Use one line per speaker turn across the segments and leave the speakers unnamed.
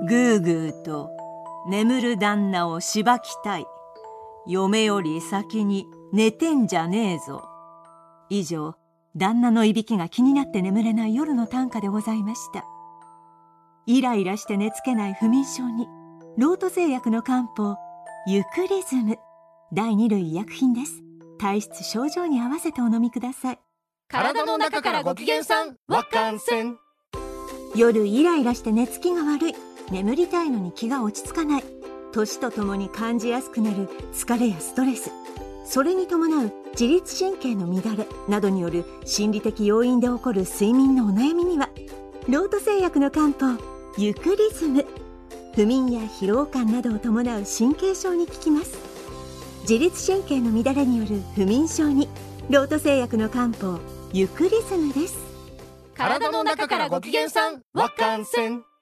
ぐーぐーと眠る旦那をしばきたい。嫁より先に寝てんじゃねえぞ。以上、旦那のいびきが気になって眠れない夜の短歌でございました。イライラして寝つけない不眠症にロート製薬の漢方ユクリズム、第2類医薬品です。体質症状に合わせてお飲みください。
体の中からご機嫌さん、わかんせん。
夜イライラして寝つきが悪い、眠りたいのに気が落ち着かない、年とともに感じやすくなる疲れやストレス、それに伴う自律神経の乱れなどによる心理的要因で起こる睡眠のお悩みにはロート製薬の漢方ユクリズム、不眠や疲労感などを伴う神経症に効きます。自律神経の乱れによる不眠症にロート製薬の漢方ユクリズムです。
体の中からご機嫌さん、わかんせん。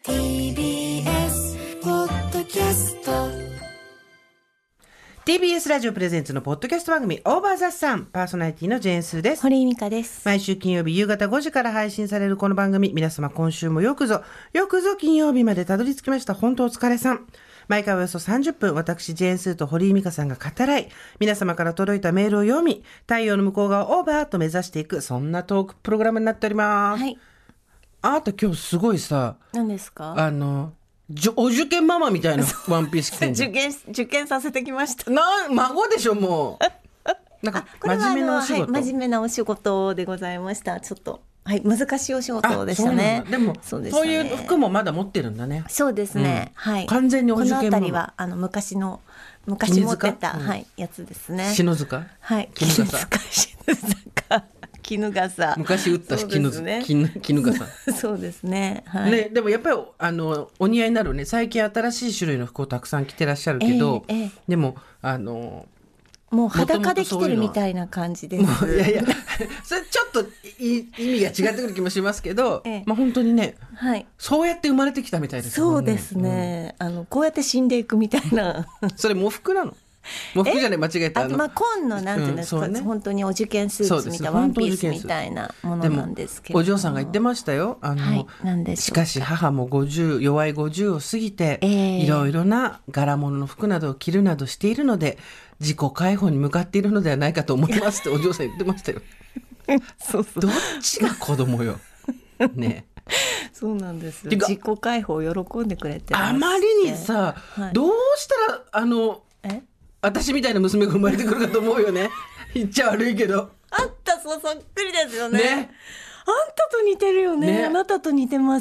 TBS ポッドキャスト、
TBS ラジオプレゼンツのポッドキャスト番組オーバーザさん、パーソナリティのジェーンスーです。
堀井美香です。
毎週金曜日夕方5時から配信されるこの番組、皆様今週もよくぞ金曜日までたどり着きました。本当お疲れさん。毎回およそ30分、私ジェーンスーと堀井美香さんが語らい、皆様から届いたメールを読み、太陽の向こう側オーバーと目指していく、そんなトークプログラムになっております。
はい。
あなた今日すごいさ、
何ですか？
お受験ママみたいなワンピース着てんじゃん。
受験させてきました。
孫でしょもう。なんか真面目なお仕事。
真面目なお仕事でございました。ちょっと難しいお仕事でしたね。
でもそういう服もまだ持ってるんだね。
そうですね。はい。
完全にお受験ママ。
このあたりは昔持ってたやつですね。
篠塚。
はい。篠塚。絹笠。
昔打った絹笠。
そうですね。はい。
ね、でもやっぱりお似合いになるね。最近新しい種類の服をたくさん着てらっしゃるけど、でも
もう裸で着てるみたいな感じです。
いやそれちょっと意味が違ってくる気もしますけど、まあ本当にね、はい、そうやって生まれてきたみたいですもんね。
そうですね。こうやって死んでいくみたいな。
それ喪服なの？喪服じゃない、間違えた。
紺のなんていうんですか、本当にお受験スーツみたいな、ワンピースみたいなものなんですけど。
お嬢さんが言ってましたよ。
なんでしょうか。
しかし母も弱い50を過ぎて、いろいろな柄物の服などを着るなどしているので、自己解放に向かっているのではないかと思いますってお嬢さん言ってましたよ。
そう
どっちが子供よ。ね。
そうなんですよ。自己解放を喜んでくれてます。
あまりにさ、どうしたら私みたいな娘が生まれてくるかと思うよね。言っちゃ悪いけど。
あんたそっくりですよね。あんたと似てるよね。あなたと似てます。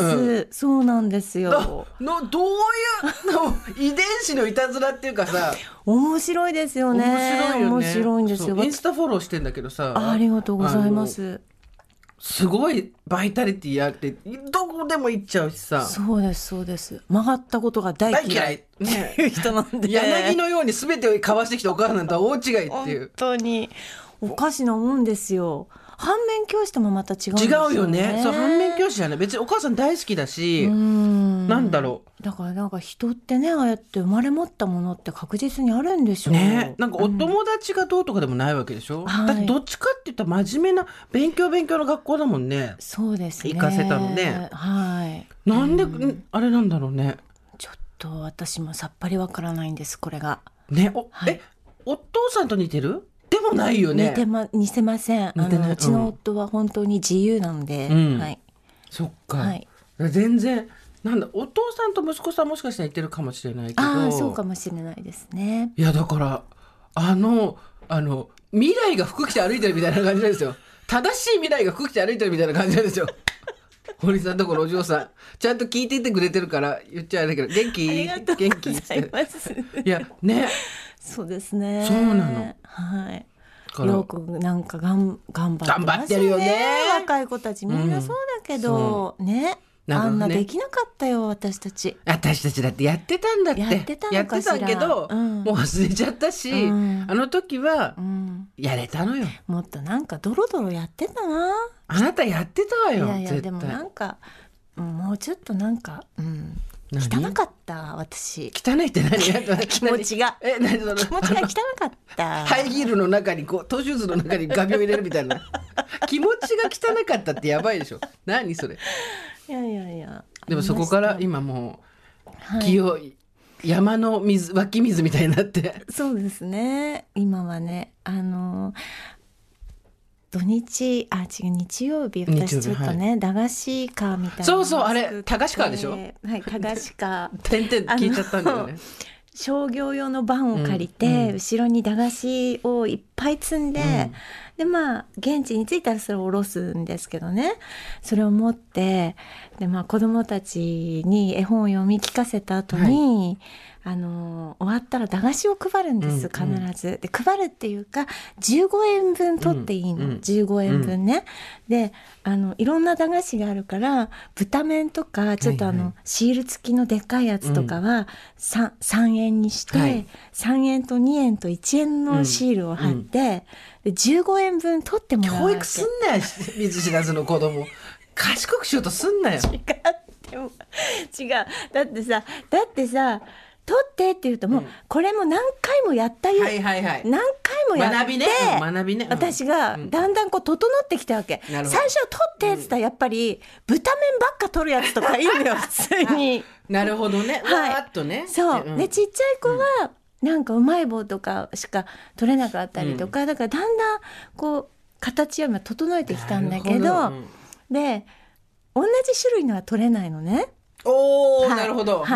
そうなんですよ。
どういう遺伝子のいたずらっていうかさ。
面白いですよね。面白いんですよ。
インスタフォローしてんだけどさ。
ありがとうございます。
すごいバイタリティあってどこでも行っちゃうしさ。
そうです曲がったことが大嫌いねいう人なんで、
柳のように全てをかわしてきたお母さんとは大違いっていう。
本当におかしなもんですよ。反面教師ともまた違うんですよね。
違うよね。そう、反面教師じゃない、別にお母さん大好きだし、なんだろう、
だからなんか人ってね、ああやって生まれ持ったものって確実にあるんでしょう
ね。なんかお友達がどうとかでもないわけでしょ、だってどっちかって言ったら真面目な勉強の学校だもんね。
そうですね、
行かせたのね。
はい。
なんで、あれなんだろうね。
ちょっと私もさっぱりわからないんです、これが
ね。お父さんと似てる？でもないよね。
似せません。うちの夫は本当に自由なので、はい。
そっか。全然なんだ、お父さんと息子さんもしかしたら似てるかもしれないけど。
そうかもしれないですね。
いやだから未来が服着て歩いてるみたいな感じなんですよ。正しい未来が服着て歩いてるみたいな感じなんですよ。堀さんところお嬢さんちゃんと聞いていてくれてるから言っちゃあれだけど、元気？
ありがとうございます。
いやね。
そうですね。
そうなの。
はい。よくなんか頑張ってますよね。若い子たちみんなそうだけど、ね。あんなできなかったよ、私たちだ
ってやってたんだって。やってたけど、もう忘れちゃったし、あの時はやれたのよ。
もっとなんかドロドロやってたな。
あなたやってたわよ。
いやでもなんかもうちょっとなんか汚かった私。
汚いって何？
気持ちが気持ちが汚かった。
ハイヒールの中にトーシューズの中に画鋲入れるみたいな。気持ちが汚かったってやばいでしょ。何それ。
いや
でもそこから今も清い山の水、湧き水みたいになって。
そうですね。今はね、土日、日曜日、私ちょっとね、駄菓子カーみたいな。
そうそう、あれ、駄菓子カーでしょ？はい、
駄菓子カー。
点々聞いちゃったんだよね。
商業用のバンを借りて、後ろに駄菓子をいっぱい積んで、で現地に着いたらそれを下ろすんですけどね、それを持ってで子供たちに絵本を読み聞かせた後に、終わったら駄菓子を配るんです、必ず。で配るっていうか15円分取っていいの、15円分ね。でいろんな駄菓子があるから豚麺とかちょっとシール付きのでっかいやつとかは 3円にして、3円と2円と1円のシールを貼って、で15円分取ってもらうわけ。
教育すんなよ、見ず知らずの子供。賢くしようとすんなよ。
違うだってさ取ってって言うともう、これも何回もやったよ、何回もやって
学びね、
私がだんだん整ってきたわけ。最初取ってって言ったらやっぱり豚麺ばっか取るやつとかいいのよ普通に。
なるほどね、わーっとね。
そう、でちっちゃい子はなんかうまい棒とかしか取れなかったりとか、だからだんだんこう形は整えてきたんだけど、で同じ種類のは取れないのね。
なるほど。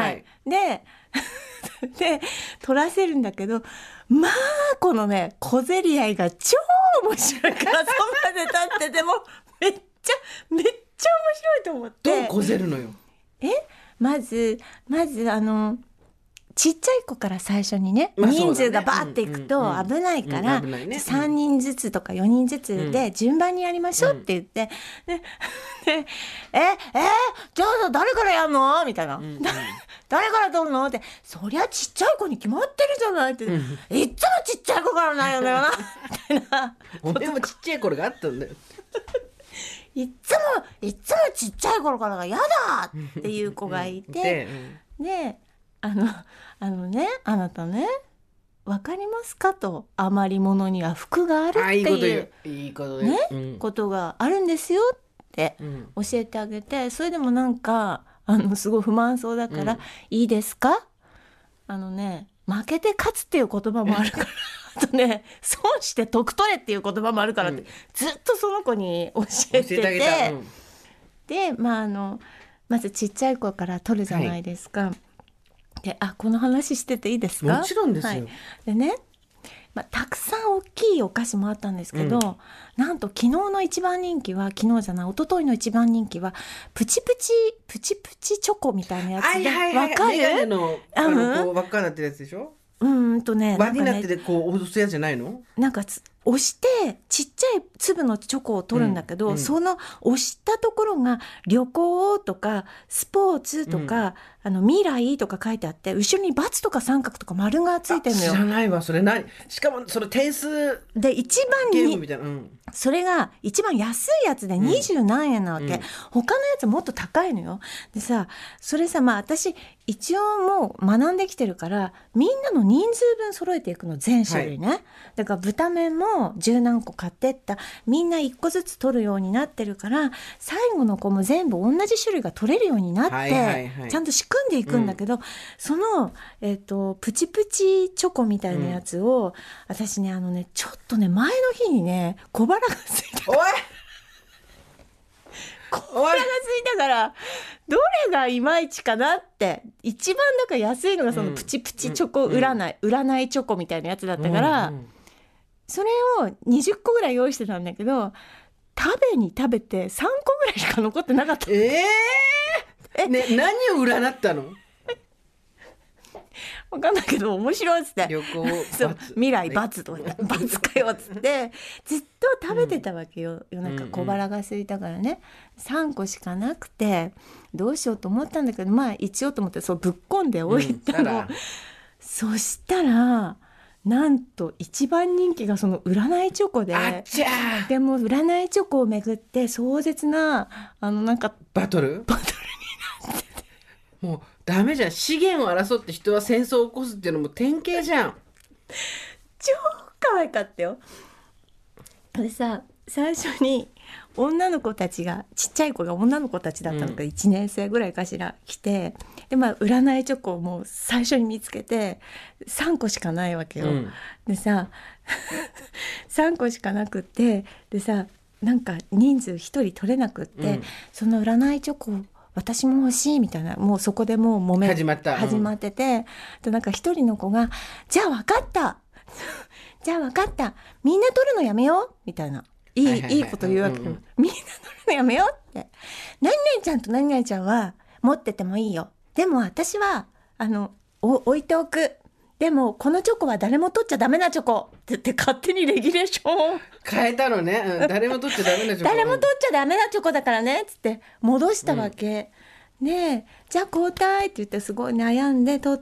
で取らせるんだけど、このね小競り合いが超面白いからそこまで立っててもめっちゃ面白いと思って。
どう小競るのよ。
まずちっちゃい子から最初にね、人数がバーっていくと危ないから、3人ずつとか4人ずつで順番にやりましょうって言って、じゃあ誰からやんのみたいな、誰から取るのって、そりゃちっちゃい子に決まってるじゃないって、いっつもちっちゃい子からなんよだよなみたいな。
俺もちっちゃい頃があったんだよ。
いっつもちっちゃい頃からが嫌だっていう子がいて、であなたね、わかりますかと、余り物には福があるっていうことがあるんですよって教えてあげて、それでもなんかすごい不満そうだから、いいですか、負けて勝つっていう言葉もあるからあとね、損して得取れっていう言葉もあるからって、ずっとその子に教えてて、でまずちっちゃい子から取るじゃないですか。でこの話してていいですか？
もちろんですよ。
でね、たくさん大きいお菓子もあったんですけど、なんと昨日の一番人気は、一昨日の一番人気はプチプチチョコみたいなやつで、わかる？
メガネの輪っかになってるやつでしょ？輪になっててこう押すやつじゃないの？なんか
押してちっちゃい粒のチョコを取るんだけど、その押したところが旅行とかスポーツとか、未来とか書いてあって、後ろに×とか三角とか丸がついてるのよ。
知らないわそれ。何？しかもその点数
で一番にそれが一番安いやつで20何円なわけ、他のやつもっと高いのよ。でさ、それさ、私一応もう学んできてるから、みんなの人数分揃えていくの、全種類ね、だから豚麺も10何個買ってった、みんな1個ずつ取るようになってるから、最後の子も全部同じ種類が取れるようになって、ちゃんと仕組んでいくんだけど、その、プチプチチョコみたいなやつを、私ねちょっとね前の日にね小腹が空いたからどれがいまいちかなって、一番だから安いのがそのプチプチチョコ占いチョコみたいなやつだったから、それを20個ぐらい用意してたんだけど、食べて3個ぐらいしか残ってなかった。
何を占ったの？
分かんないけど面白いっつって、
旅行
そう未来×とか×かよっつってずっと食べてたわけよ、夜中小腹が空いたからね。3個しかなくてどうしようと思ったんだけど、一応と思ってそうぶっこんでおいたの、そしたらなんと一番人気がその占いチョコで、でも占いチョコをめぐって壮絶ななんか
バトルになってて、もうダメじゃん。資源を争って人は戦争を起こすっていうのも典型じゃん。
超可愛かったよ。でさ、最初に女の子たちがちっちゃい子が女の子たちだったのか、1年生ぐらいかしら来て、で占いチョコをもう最初に見つけて3個しかないわけよ、でさ3個しかなくって、でさなんか人数1人取れなくって、その占いチョコ私も欲しいみたいな、もうそこでもう揉め始まってて、でなんか一人の子がじゃあ分かったじゃあ分かったみんな取るのやめようみたいな、いいこと言うわけよ、みんな取るのやめようって、何々ちゃんと何々ちゃんは持っててもいいよ、でも私は置いておく、でもこのチョコは誰も取っちゃダメなチョコって言って勝手にレギュレーションを
変えたのね、誰も取っちゃダメなチョコ
誰も取っちゃダメなチョコだからねっつって戻したわけ、でじゃあ交代って言ってすごい悩んで取って、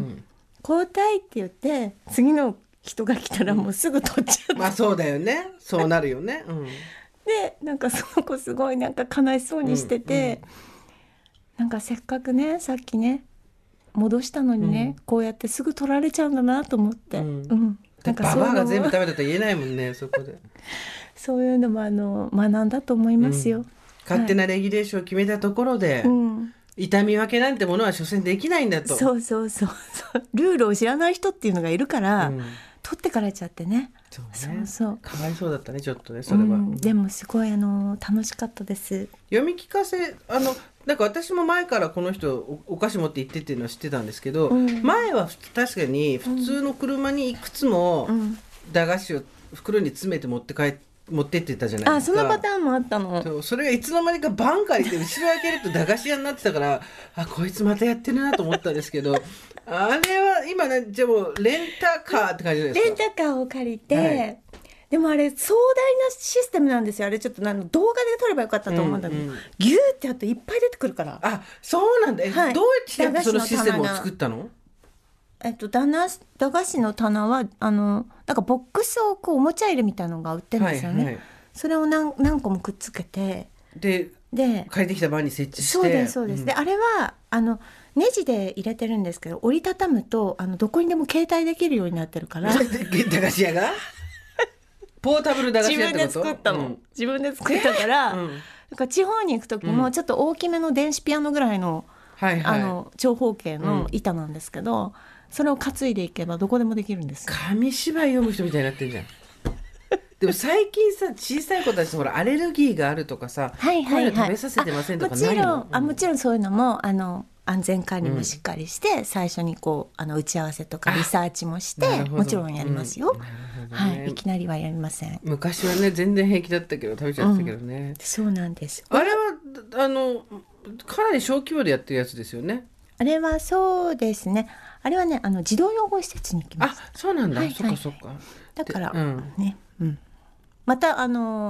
交代って言って次の人が来たらもうすぐ取っちゃって、
まあそうだよね、そうなるよね、
でなんかその子すごいなんか悲しそうにしてて、なんかせっかくねさっきね戻したのにね、こうやってすぐ取られちゃうんだなと思って、
なんかババアが全部食べたと言えないもんねそこで
そういうのも学んだと思いますよ、
勝手なレギュレーションを決めたところで、痛み分けなんてものは所詮できないんだと。
そうルールを知らない人っていうのがいるから、取ってかれちゃってね。そう
かわいそうだったねちょっとねそれは、
でもすごい楽しかったです。
読み聞かせなんか私も前からこの人 お菓子持って行ってっていうのは知ってたんですけど、前は確かに普通の車にいくつも駄菓子を袋に詰めて持ってってたじゃないですか。
そのパターンもあったの。
それがいつの間にかバンカリで後ろ開けると駄菓子屋になってたからこいつまたやってるなと思ったんですけどあれは今ねじゃあもうレンタカーって感じですか。
レンタカーを借りて、でもあれ壮大なシステムなんですよ。あれちょっと動画で撮ればよかったと思うんだけど、ギューってやるといっぱい出てくるから。
そうなんだ。どうやってそのシステムを作ったの？
駄菓子の棚はなんかボックスをおもちゃ入れみたいなのが売ってるんですよね、それを何個もくっつけて
で借りてきたバンに設置して。
そうです、であれはネジで入れてるんですけど折りたたむとどこにでも携帯できるようになってるから
駄菓子屋がポータブル駄菓子屋ってこと？
自分で作ったの、自分で作ったから、だから地方に行く時もちょっと大きめの電子ピアノぐらいの、長方形の板なんですけど、それを担いでいけばどこでもできるんです。
紙芝居読む人みたいになってるじゃんでも最近さ小さい子たちほらアレルギーがあるとかさ、こういうの食べさせてませんとかないの？
もちろんそういうのも安全管理もしっかりして、最初に打ち合わせとかリサーチもしてもちろんやりますよ、いきなりはやりません。
昔はね全然平気だったけど食べちゃったけどね、
そうなんです。
あれはかなり小規模でやってるやつですよね。
あれはそうですね、あれはね児童養護施設に行きます。
そうなんだ、そっかそっか。
だからね、また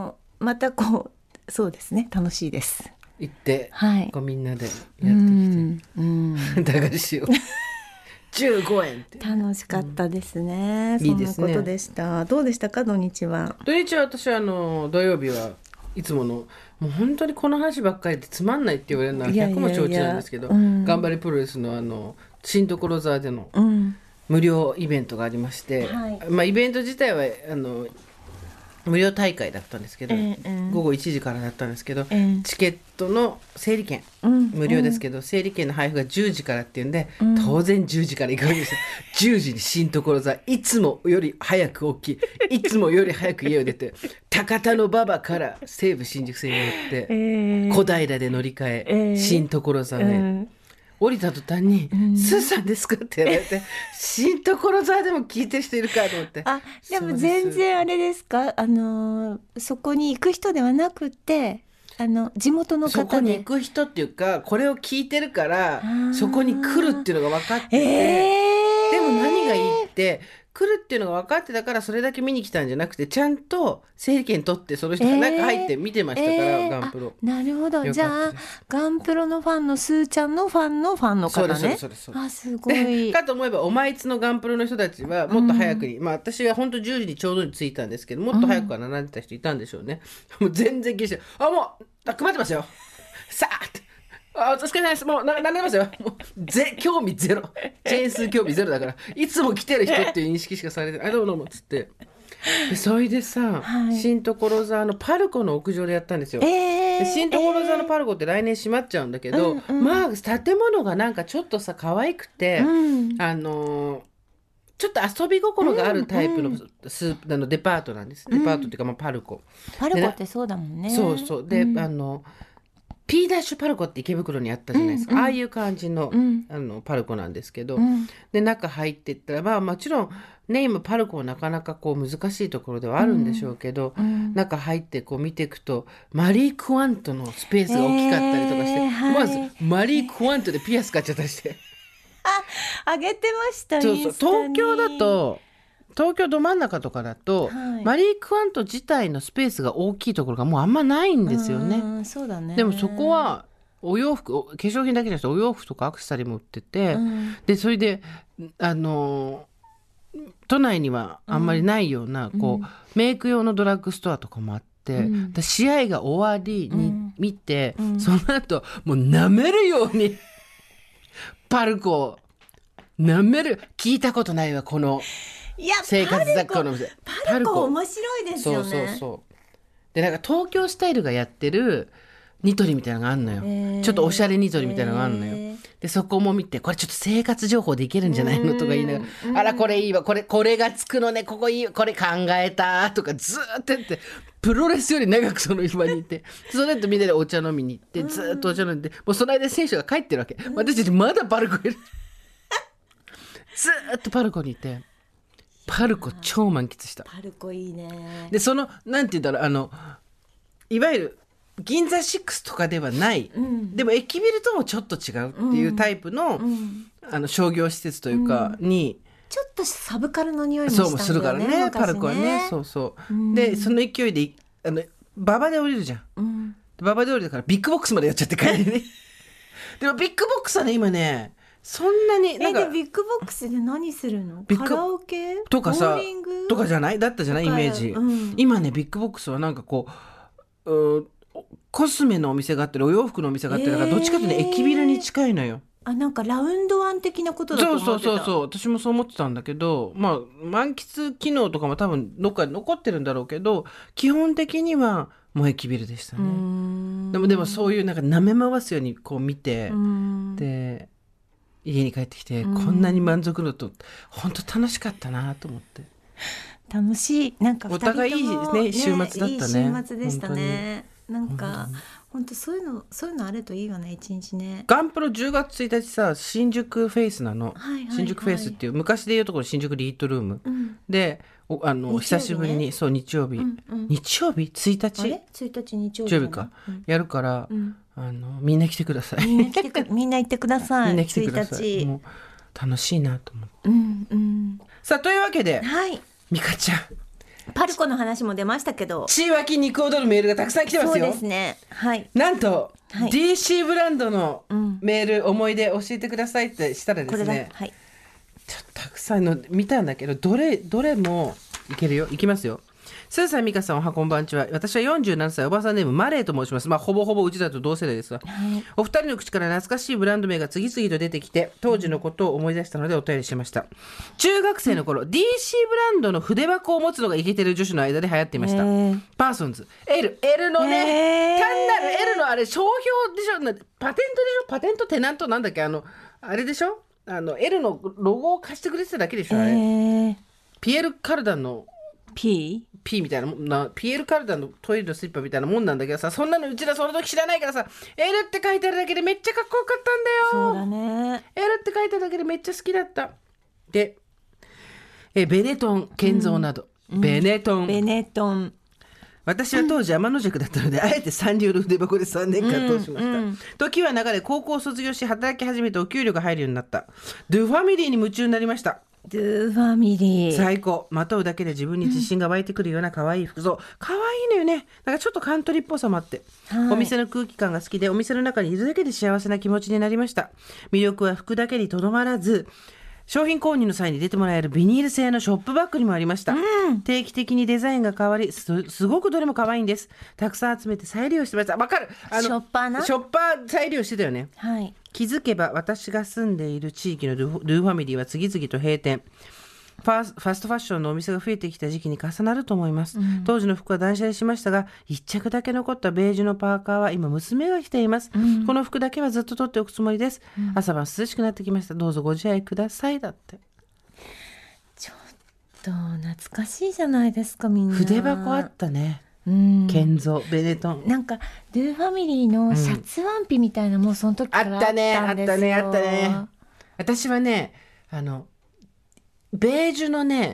そうですね、楽しいです。
行って、みんなでやってきて駄菓子を15円って
楽しかったですね、そんなことでした。どうでしたか土日は？
土日は私は土曜日はいつものもう本当にこの話ばっかりでつまんないって言われるのは100も承知なんですけど、頑張れプロレスの新所沢での無料イベントがありまして、イベント自体は無料大会だったんですけど、午後1時からだったんですけど、チケットの整理券、無料ですけど整理券の配布が10時からっていうんで、当然10時から行くわけですよ10時に新所沢、いつもより早く起きいつもより早く家を出て高田馬場から西武新宿線に乗って、小平で乗り換え、新所沢へ、降りた途端に、スーさんですかって言われて、新所沢でも聞いてる人いるかと思って。
でも全然あれですか、そこに行く人ではなくて地元の方で、
そこに行く人っていうかこれを聞いてるからそこに来るっていうのが分かってて、でも何がいいって来るっていうのが分かってたからそれだけ見に来たんじゃなくて、ちゃんと整理券取ってその人が中入って見てましたから、ガンプロ。
なるほど。じゃあガンプロのファンのスーちゃんのファンの方ね。
そうです。
すごい。
かと思えばお前つのガンプロの人たちはもっと早くに、私は本当10時にちょうどに着いたんですけど、もっと早くは並んでた人いたんでしょうね。もう全然気にして、もう配ってますよさあって、お疲れ様です、もう並んでますよ、もう興味ゼロ、チェーン数興味ゼロだから、いつも来てる人っていう認識しかされてない、どうもっつって、 でそれでさ、
はい
新所沢のパルコの屋上でやったんですよ。で新所沢のパルコって来年閉まっちゃうんだけど、まあ建物がなんかちょっとさ可愛くて、ちょっと遊び心があるタイプのデパートなんです。デパートっていうか、まあ、パルコ
ってそうだもんね。
そうそうで、P ダッシュパルコって池袋にあったじゃないですか、ああいう感じの、パルコなんですけど、で中入っていったら、まあもちろんね今パルコはなかなかこう難しいところではあるんでしょうけど、中入ってこう見ていくとマリー・クワントのスペースが大きかったりとかして、まずマリー・クワントでピアス買っちゃったりして。
あげてました
そうそう東京だと東京ど真ん中とかだと、マリー・クワント自体のスペースが大きいところがもうあんまないんですよね。
そうだね。
でもそこはお洋服化粧品だけじゃなくてお洋服とかアクセサリーも売ってて、でそれで都内にはあんまりないような、こうメイク用のドラッグストアとかもあって、で試合が終わりに見て、その後もう舐めるようにパルコを舐める。聞いたことないわこの生活雑貨の店。
パルコ面白いですよね。
そうそうそうでなんか東京スタイルがやってるニトリみたいなのがあるのよ、ちょっとおしゃれニトリみたいなのがあるのよ、でそこも見てこれちょっと生活情報でいけるんじゃないのとか言いながら、あらこれいいわこれがつくのねここいいこれ考えたとかずーっとやって、プロレスより長くその場にいて、その後みんなでお茶飲みに行ってずーっとお茶飲んで、もうその間選手が帰ってるわけ、私たちまだパルコいるずーっとパルコにいて、パルコ超満喫した。
パルコいいね。
でそのなんて言うんだろう、いわゆる銀座6とかではない、でも駅ビルともちょっと違うっていうタイプの、商業施設というかに、
ちょっとサブカルの匂いもしたんだよね。
そうするからねパルコはね。そうそう、でその勢いで馬場で降りるじゃん、馬場で降りるからビッグボックスまでやっちゃって帰りねでもビッグボックスはね今ねそんなになんか
でビッグボックスで何するの？
ビッグ
カラオケ
とかさ
ボーリング
とかじゃないだったじゃないイメージ、今ねビッグボックスはなんかこうコスメのお店があったりお洋服のお店があったり、だからどっちかというと駅ビルに近いのよ。
なんかラウンドワン的なことだと思ってた。
そう私もそう思ってたんだけど、まあ満喫機能とかも多分どっかに残ってるんだろうけど、基本的にはもう駅ビルでしたね。でもそういうなんか舐め回すようにこう見て、で家に帰ってきてこんなに満足度と本当楽しかったなと思って。
楽しい。なんか
お互いいいね週末だったね。
いい週末でしたね。なんか本当そういうのあるといいよね一日ね。
ガンプロ10月1日さ新宿フェイスなの、新宿フェイスっていう昔でいうところ新宿リートルーム、で久しぶりにそう日曜日、日曜日1日
あれ1日日
曜日か、やるから、みんな来てください。
みんな行ってください。
みんな来てください。もう楽しいなと思って、さあというわけで、ミカちゃん
パルコの話も出ましたけど、
血湧き肉踊るメールがたくさん来てますよ。
そうですね。
なんと、DC ブランドのメール、思い出教えてくださいってしたらですね、ちょっとたくさんの見たんだけど、どれもいけるよ。いきますよ。スーさん、ミカさん、おはこんばんちは。私は47歳、おばさんネームマレーと申します。まあほぼほぼうちだと同世代ですが、お二人の口から懐かしいブランド名が次々と出てきて、当時のことを思い出したのでお便りしました。中学生の頃、DC ブランドの筆箱を持つのがイケてる女子の間で流行っていました。パーソンズ L のね、単なる L のあれ商標でしょ、パテントでしょ、パテントテナントなんだっけ、あれでしょ、L のロゴを貸してくれてただけでしょ、あれ。ピエール・カルダンのP みたいな、ピエール・カルダンのトイレのスリッパみたいなもんなんだけどさ、そんなのうちらその時知らないからさ、L って書いてあるだけでめっちゃかっこよかったんだよ。
そうだね。
L って書いてあるだけでめっちゃ好きだった。で、ベネトン、建造など、ベネトン。私は当時天の弱だったので、あえてサンリオの筆箱で3年間通しました。時は流れ、高校を卒業し働き始めてお給料が入るようになった。ドゥファミリーに夢中になりました。
ドゥファミリー
最高。まとうだけで自分に自信が湧いてくるような可愛い服装。可愛いのよね。なんかちょっとカントリーっぽさもあって、お店の空気感が好きで、お店の中にいるだけで幸せな気持ちになりました。魅力は服だけにとどまらず、商品購入の際に出てもらえるビニール製のショップバッグにもありました。定期的にデザインが変わり、すごくどれも可愛いんです。たくさん集めて再利用してました。わかる。
ショッパー
ショッパー再利用してたよね。気づけば私が住んでいる地域のドゥファミリーは次々と閉店。 ファストファッションのお店が増えてきた時期に重なると思います、当時の服は断捨離しましたが、一着だけ残ったベージュのパーカーは今娘が着ています、この服だけはずっと取っておくつもりです、朝晩涼しくなってきました。どうぞご自愛ください。だって。
ちょっと懐かしいじゃないですか、みんな。
筆箱あったね。ケンゾベネトン、
なんかドゥファミリーのシャツワンピみたいな、もうその時からあったんですよ。
あったね。私はね、ベージュのね、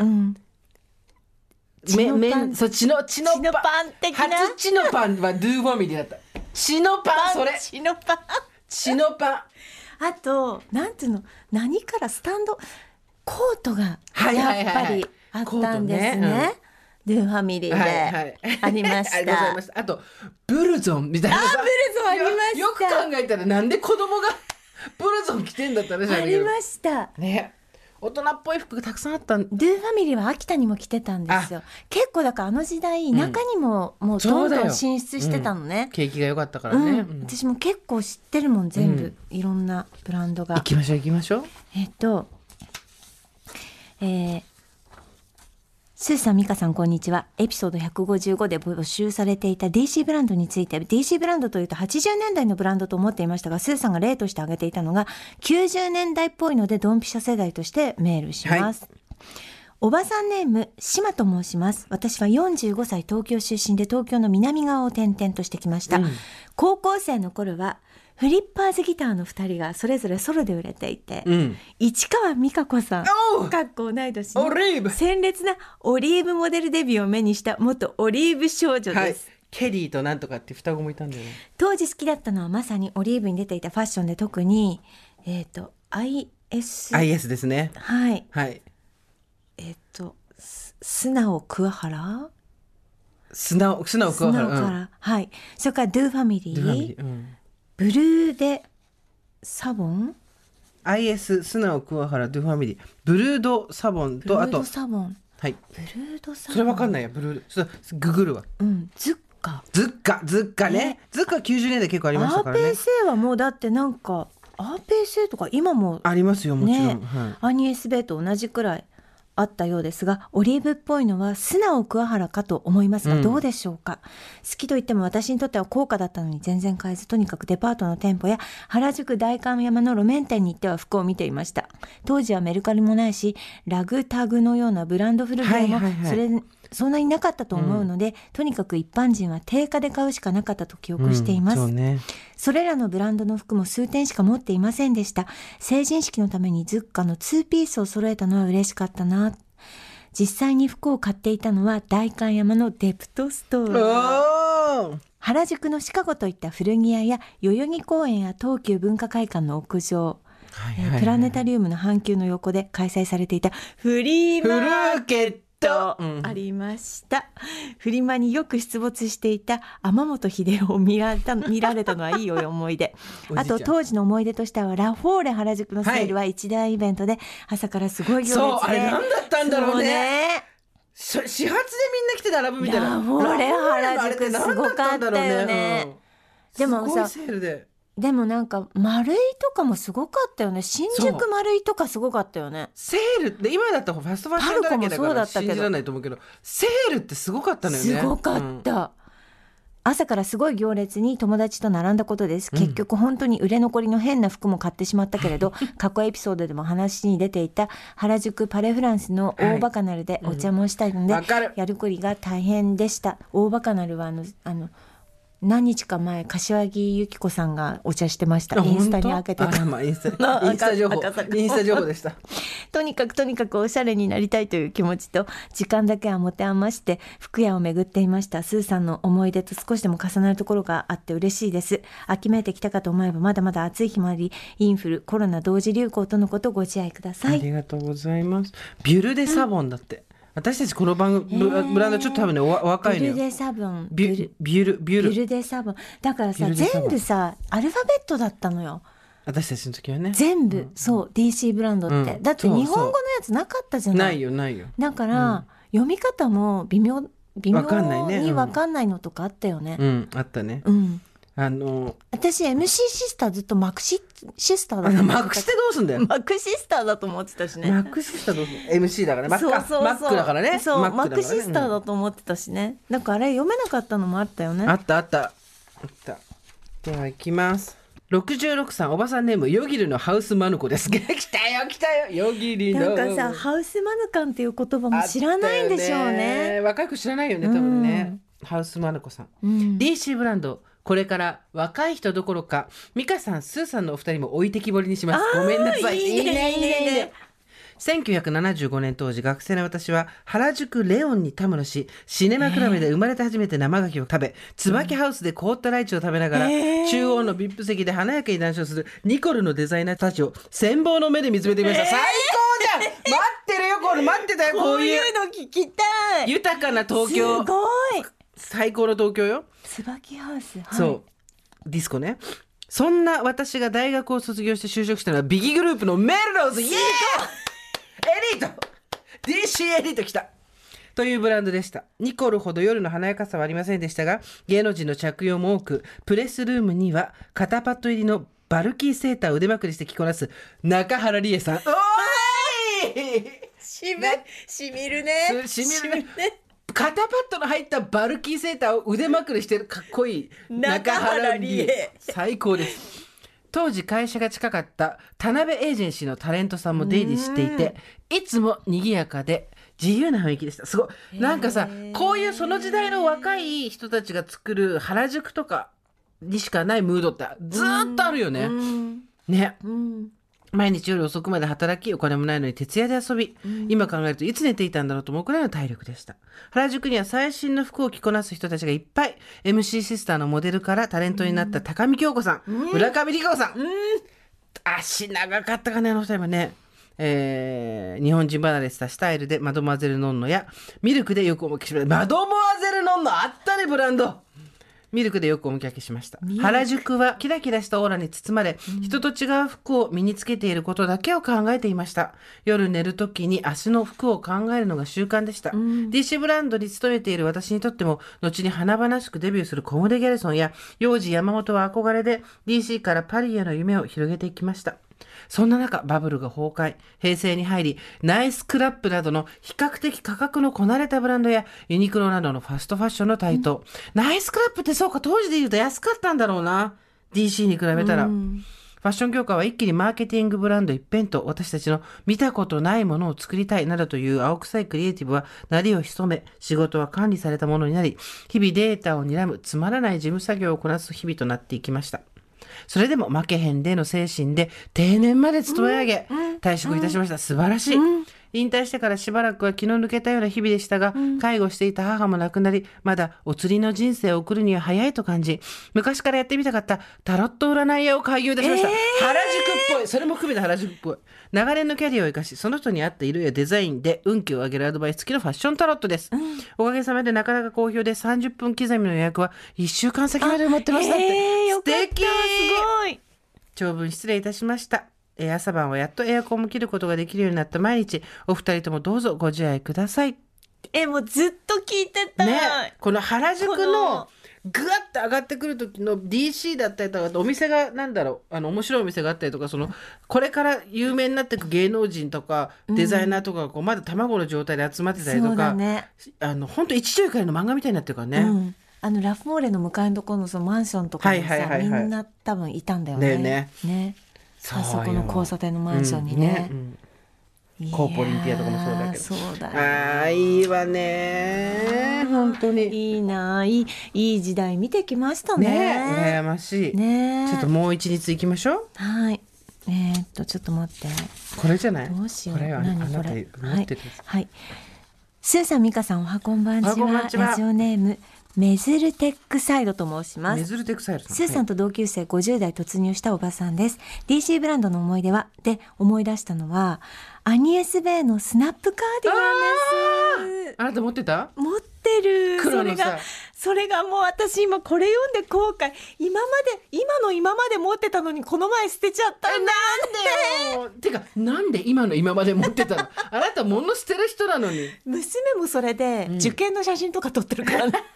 血のパン
的な、
初血のパンはドゥファミリーだった。血のパン、それ血のパン。
あとなんていうの、何からスタンドコートがやっぱりあったんですね。ドゥファミリーでありました。
あとブルゾンみたいな。
ブルゾンありました。
よく考えたらなんで子供がブルゾン着てんだったら
ありました
ね。大人っぽい服がたくさんあった。
ドゥファミリーは秋田にも着てたんですよ。結構だから時代田舎にももうどんどん進出してたのね。
景気が良かったからね、
私も結構知ってるもん、全部、いろんなブランドが。
行きましょう。
スーさん、ミカさん、こんにちは。エピソード155で募集されていた DC ブランドについて、DC ブランドというと80年代のブランドと思っていましたが、スーさんが例として挙げていたのが90年代っぽいので、ドンピシャ世代としてメールします。おばさんネーム、島と申します。私は45歳、東京出身で東京の南側を転々としてきました。高校生の頃は、フリッパーズギターの2人がそれぞれソロで売れていて、市川美香子さん、かっこ同い年の鮮烈なオリーブモデルデビューを目にした元オリーブ少女です。
ケリーとなんとかって双子もいたんだよね。
当時好きだったのはまさにオリーブに出ていたファッションで、特にIS
ですね。
はい。素直桑原、
素直桑原、
はい。それからドゥファミリー、ブルーデサボン、
IS 素直桑原ドゥファミリー、ブルードサボンと、あと
サボン、
はい、
ブルードサボン、
それわかんないや。ブルーググるわ。
ズッカ
ね。ズッカ90年代結構ありましたからね。
アーペーセイはもうだってなんかアーペーセイとか今も
ありますよ、もちろん、
アニエスベイと同じくらいあったようですが、オリーブっぽいのは素直桑原かと思いますが、どうでしょうか。好きといっても私にとっては高価だったのに全然買えず、とにかくデパートの店舗や原宿代官山の路面店に行っては服を見ていました。当時はメルカリもないし、ラグタグのようなブランド古着もそんなになかったと思うので、とにかく一般人は定価で買うしかなかったと記憶しています。それらのブランドの服も数点しか持っていませんでした。成人式のためにズッカの2ピースを揃えたのは嬉しかったな。実際に服を買っていたのは代官山のデプトストア、原宿のシカゴといった古着屋や代々木公園や東急文化会館の屋上、プラネタリウムの阪急の横で開催されていたフリーマーケットありました。フリマによく出没していた天本秀夫を見られたのはいい思い出あと当時の思い出としては、ラフォーレ原宿のセールは一大イベントで、朝からすごい行列で、
あれ何だったんだろうね。始発でみんな来て並ぶみたいな。
ラフォーレ原宿すごかったよね。でもさ、でもなんか丸いとかもすごかったよね。新宿丸いとかすごかったよね。
セールで今だったらファストファッションだらけだから信じられないと思うけど、セールってすごかったのよね。
すごかった、朝からすごい行列に友達と並んだことです。結局本当に売れ残りの変な服も買ってしまったけれど、過去エピソードでも話に出ていた原宿パレフランスの大バカナルでお茶もしたいので、やるこりが大変でした。大バカナルは何日か前、柏木由紀子さんがお茶してました。インスタに開けてた。
インスタ情報でした。
とにかくおしゃれになりたいという気持ちと、時間だけは持て余して服屋を巡っていました。スーさんの思い出と少しでも重なるところがあって嬉しいです。秋めいてきたかと思えば、まだまだ暑い日もあり、インフル、コロナ同時流行とのことご自愛ください。
ありがとうございます。ビュルデサボンだって。私たちこのブランドちょっと多分ね、若いのよ。
ビュルデサボン、
ビュル
デサボンだからさ、全部さアルファベットだったのよ、
私たちの時はね。
全部、そう DC ブランドって、だって日本語のやつなかったじゃない。
ないよ。
だから、読み方も微妙に
わかんないね。
分かんないのとかあったよね。
あったね。
私 MC シスターずっとマクシスターだと思ってた。
マクシってどうすんだよ。
マクシスターだと思ってたしね。
マクシスターどうすんの？ MC だからね。
そうそうそう、
マックだからね。
そう、マ
マックだからね
クシスターだと思ってたしね。なんかあれ読めなかったのもあったよね。
あったあったでは行きます。66さん、おばさんネームヨギルのハウスマヌコです。来たよヨギリの。
なんかさ、ハウスマヌカンっていう言葉も知らないんでしょうね。
若い子知らないよね、多分ね。ハウスマヌコさん、DC ブランド、これから若い人どころかミカさん、スーさんのお二人も置いてきぼりにします。ごめんなさい。いいね。1975年当時、学生の私は原宿レオンにたむろし、シネマクラブで生まれて初めて生牡蠣を食べ、椿ハウスで凍ったライチを食べながら、中央の VIP 席で華やかに談笑するニコルのデザイナーたちを羨望の目で見つめていました。最高じゃん。待ってるよ、これ待ってたよ。こういう
の聞きたい。
豊かな東京。
すごい。
最高の東京よ。
椿ハウス、はい、
そうディスコね。そんな私が大学を卒業して就職したのはビギグループのメルローズ。イエーイエリート DC エリート来たというブランドでした。ニコルほど夜の華やかさはありませんでしたが、芸能人の着用も多く、プレスルームには肩パッド入りのバルキーセーターを腕まくりして着こなす中原理恵さん。おーい
しみるね。
しみるね。肩パッドの入ったバルキーセーターを腕まくりしてるかっこいい中原理恵。最高です。当時会社が近かった田辺エージェンシーのタレントさんも出入りしていて、いつも賑やかで自由な雰囲気でした。すごい。なんかさ、こういうその時代の若い人たちが作る原宿とかにしかないムードってずーっとあるよね。ね。毎日夜遅くまで働き、お金もないのに徹夜で遊び、今考えるといつ寝ていたんだろうと思うくらいの体力でした。原宿には最新の服を着こなす人たちがいっぱい。 MC シスターのモデルからタレントになった高見京子さん、村上理香さん、足長かったかね、あの二人もね。日本人離れしたスタイルでマドモアゼルノンノやミルクでよくおもきしました。マドモアゼルノンノあったね、ブランド。ミルクでよくお見かけしました。原宿はキラキラしたオーラに包まれ、人と違う服を身につけていることだけを考えていました。夜寝るときに足の服を考えるのが習慣でした。DC ブランドに勤めている私にとっても、後に華々しくデビューするコムデ・ギャルソンや幼児山本は憧れで DC からパリへの夢を広げていきました。そんな中、バブルが崩壊、平成に入り、ナイスクラップなどの比較的価格のこなれたブランドやユニクロなどのファストファッションの台頭。ナイスクラップってそうか、当時で言うと安かったんだろうな。DC に比べたら。ファッション業界は一気にマーケティングブランド一辺と私たちの見たことないものを作りたいなどという青臭いクリエイティブは鳴りを潜め、仕事は管理されたものになり、日々データを睨むつまらない事務作業をこなす日々となっていきました。それでも負けへんでの精神で定年まで勤め上げ、退職いたしました。素晴らしい。引退してからしばらくは気の抜けたような日々でしたが、介護していた母も亡くなり、まだお釣りの人生を送るには早いと感じ、昔からやってみたかったタロット占い屋を開業いたしました。原宿っぽい。それも含めて原宿っぽい。長年のキャリアを生かし、その人に合った色やデザインで運気を上げるアドバイス付きのファッションタロットです。おかげさまでなかなか好評で30分刻みの予約は1週間先まで埋まってましたって。素敵。すごい。長文失礼いたしました。朝晩はやっとエアコンも切ることができるようになった毎日、お二人ともどうぞご自愛ください。
もうずっと聞いてた。
ね、この原宿のぐわっと上がってくる時の DC だったりとか、お店がなんだろう、面白いお店があったりとか、これから有名になっていく芸能人とかデザイナーとかがこうまだ卵の状態で集まってたりとか、本当一条ゆかりの漫画みたいになってるからね。
ラフモーレの向かいのところのそのマンションとかにさ、みんな多分いたんだよね。ね。あそこの交差点のマンションにね。
コーポリンピアとかもそうだけど。
そうだ
ね。いいわね。本当に。
いいな、いい時代見てきましたね。
羨ましい。ね。ちょっともう一日行きましょう。
はい。ちょっと待って。
これじゃない？
どうしよう。
これは
何これ。はい。スーさん、ミカさん、おはこんばんちは。ラジオネームメズルテックサイドと申します。
メズルテックサイドさん。
スーさんと同級生50代突入したおばさんです。DC ブランドの思い出はで思い出したのはアニエスベイのスナップカーディガンです。
あなた持ってた？
持ってる。
黒のさ。
それがもう私今これ読んで後悔。今まで持ってたのにこの前捨てちゃった。
なんでよ。てかなんで今まで持ってたの？あなた物捨てる人なのに。
娘もそれで受験の写真とか撮ってるからね。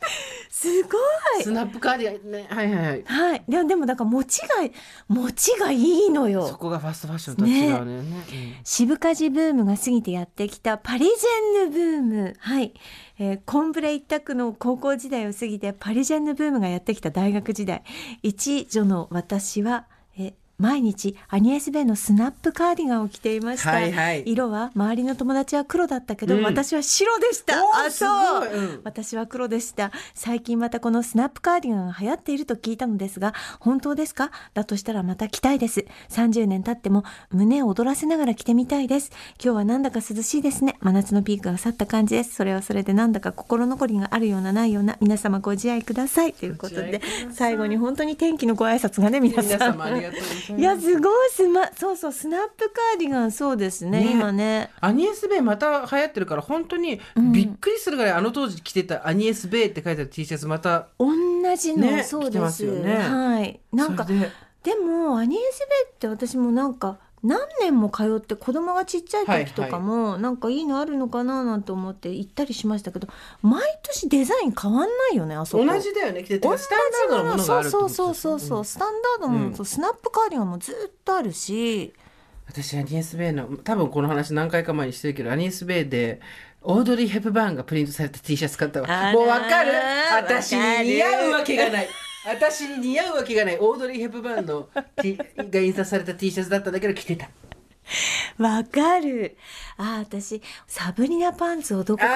すごい。
スナップカーディガンね。はいはいはい。
はい。でもだから持ちがいいの
そ
よ。
こがファストファッションとは違うのよね。
渋かじブームが過ぎてやってきたパリジェンヌブーム。はい。コンブレ一択の高校時代を過ぎてパリジェンヌブームがやってきた大学時代。一女の私は、毎日アニエス・ベイのスナップカーディガンを着ていました、
はいはい、
色は周りの友達は黒だったけど、私は白でした。そう、私は黒でした。最近またこのスナップカーディガンが流行っていると聞いたのですが、本当ですか？だとしたらまた着たいです。30年経っても胸を躍らせながら着てみたいです。今日はなんだか涼しいですね。真夏のピークが去った感じです。それはそれでなんだか心残りがあるようなないような、皆様ご自愛くださいということで、最後に本当に天気のご挨拶がね、皆様
ありがとうございます。
いやすごいそうそう、スナップカーディガン、そうですね、今ね
アニエス・ベイまた流行ってるから本当にびっくりするぐらい、あの当時着てたアニエス・ベイって書いてある T シャツまた
同じの、
ね、
そうです、
着てますよね。
はい、なんか でもアニエス・ベイって私もなんか何年も通って、子供がちっちゃい時とかもなんかいいのあるのかななんて思って行ったりしましたけど、毎年デザイン変わんないよね、あそこ。
同じだよね、着ててスタンダードのものがあるってことですよ。
そう、スタンダードのものとスナップカーディガンもずっとあるし、
私アニエス・ベイの多分この話何回か前にしてるけど、アニエス・ベイでオードリー・ヘプバーンがプリントされた T シャツ買ったわ。もう分かる？私に似合うわけがない私に似合うわけがないオードリー・ヘプバーンの、が印刷された T シャツだったんだけど着てた。
わかる。私サブリナパンツをどこかの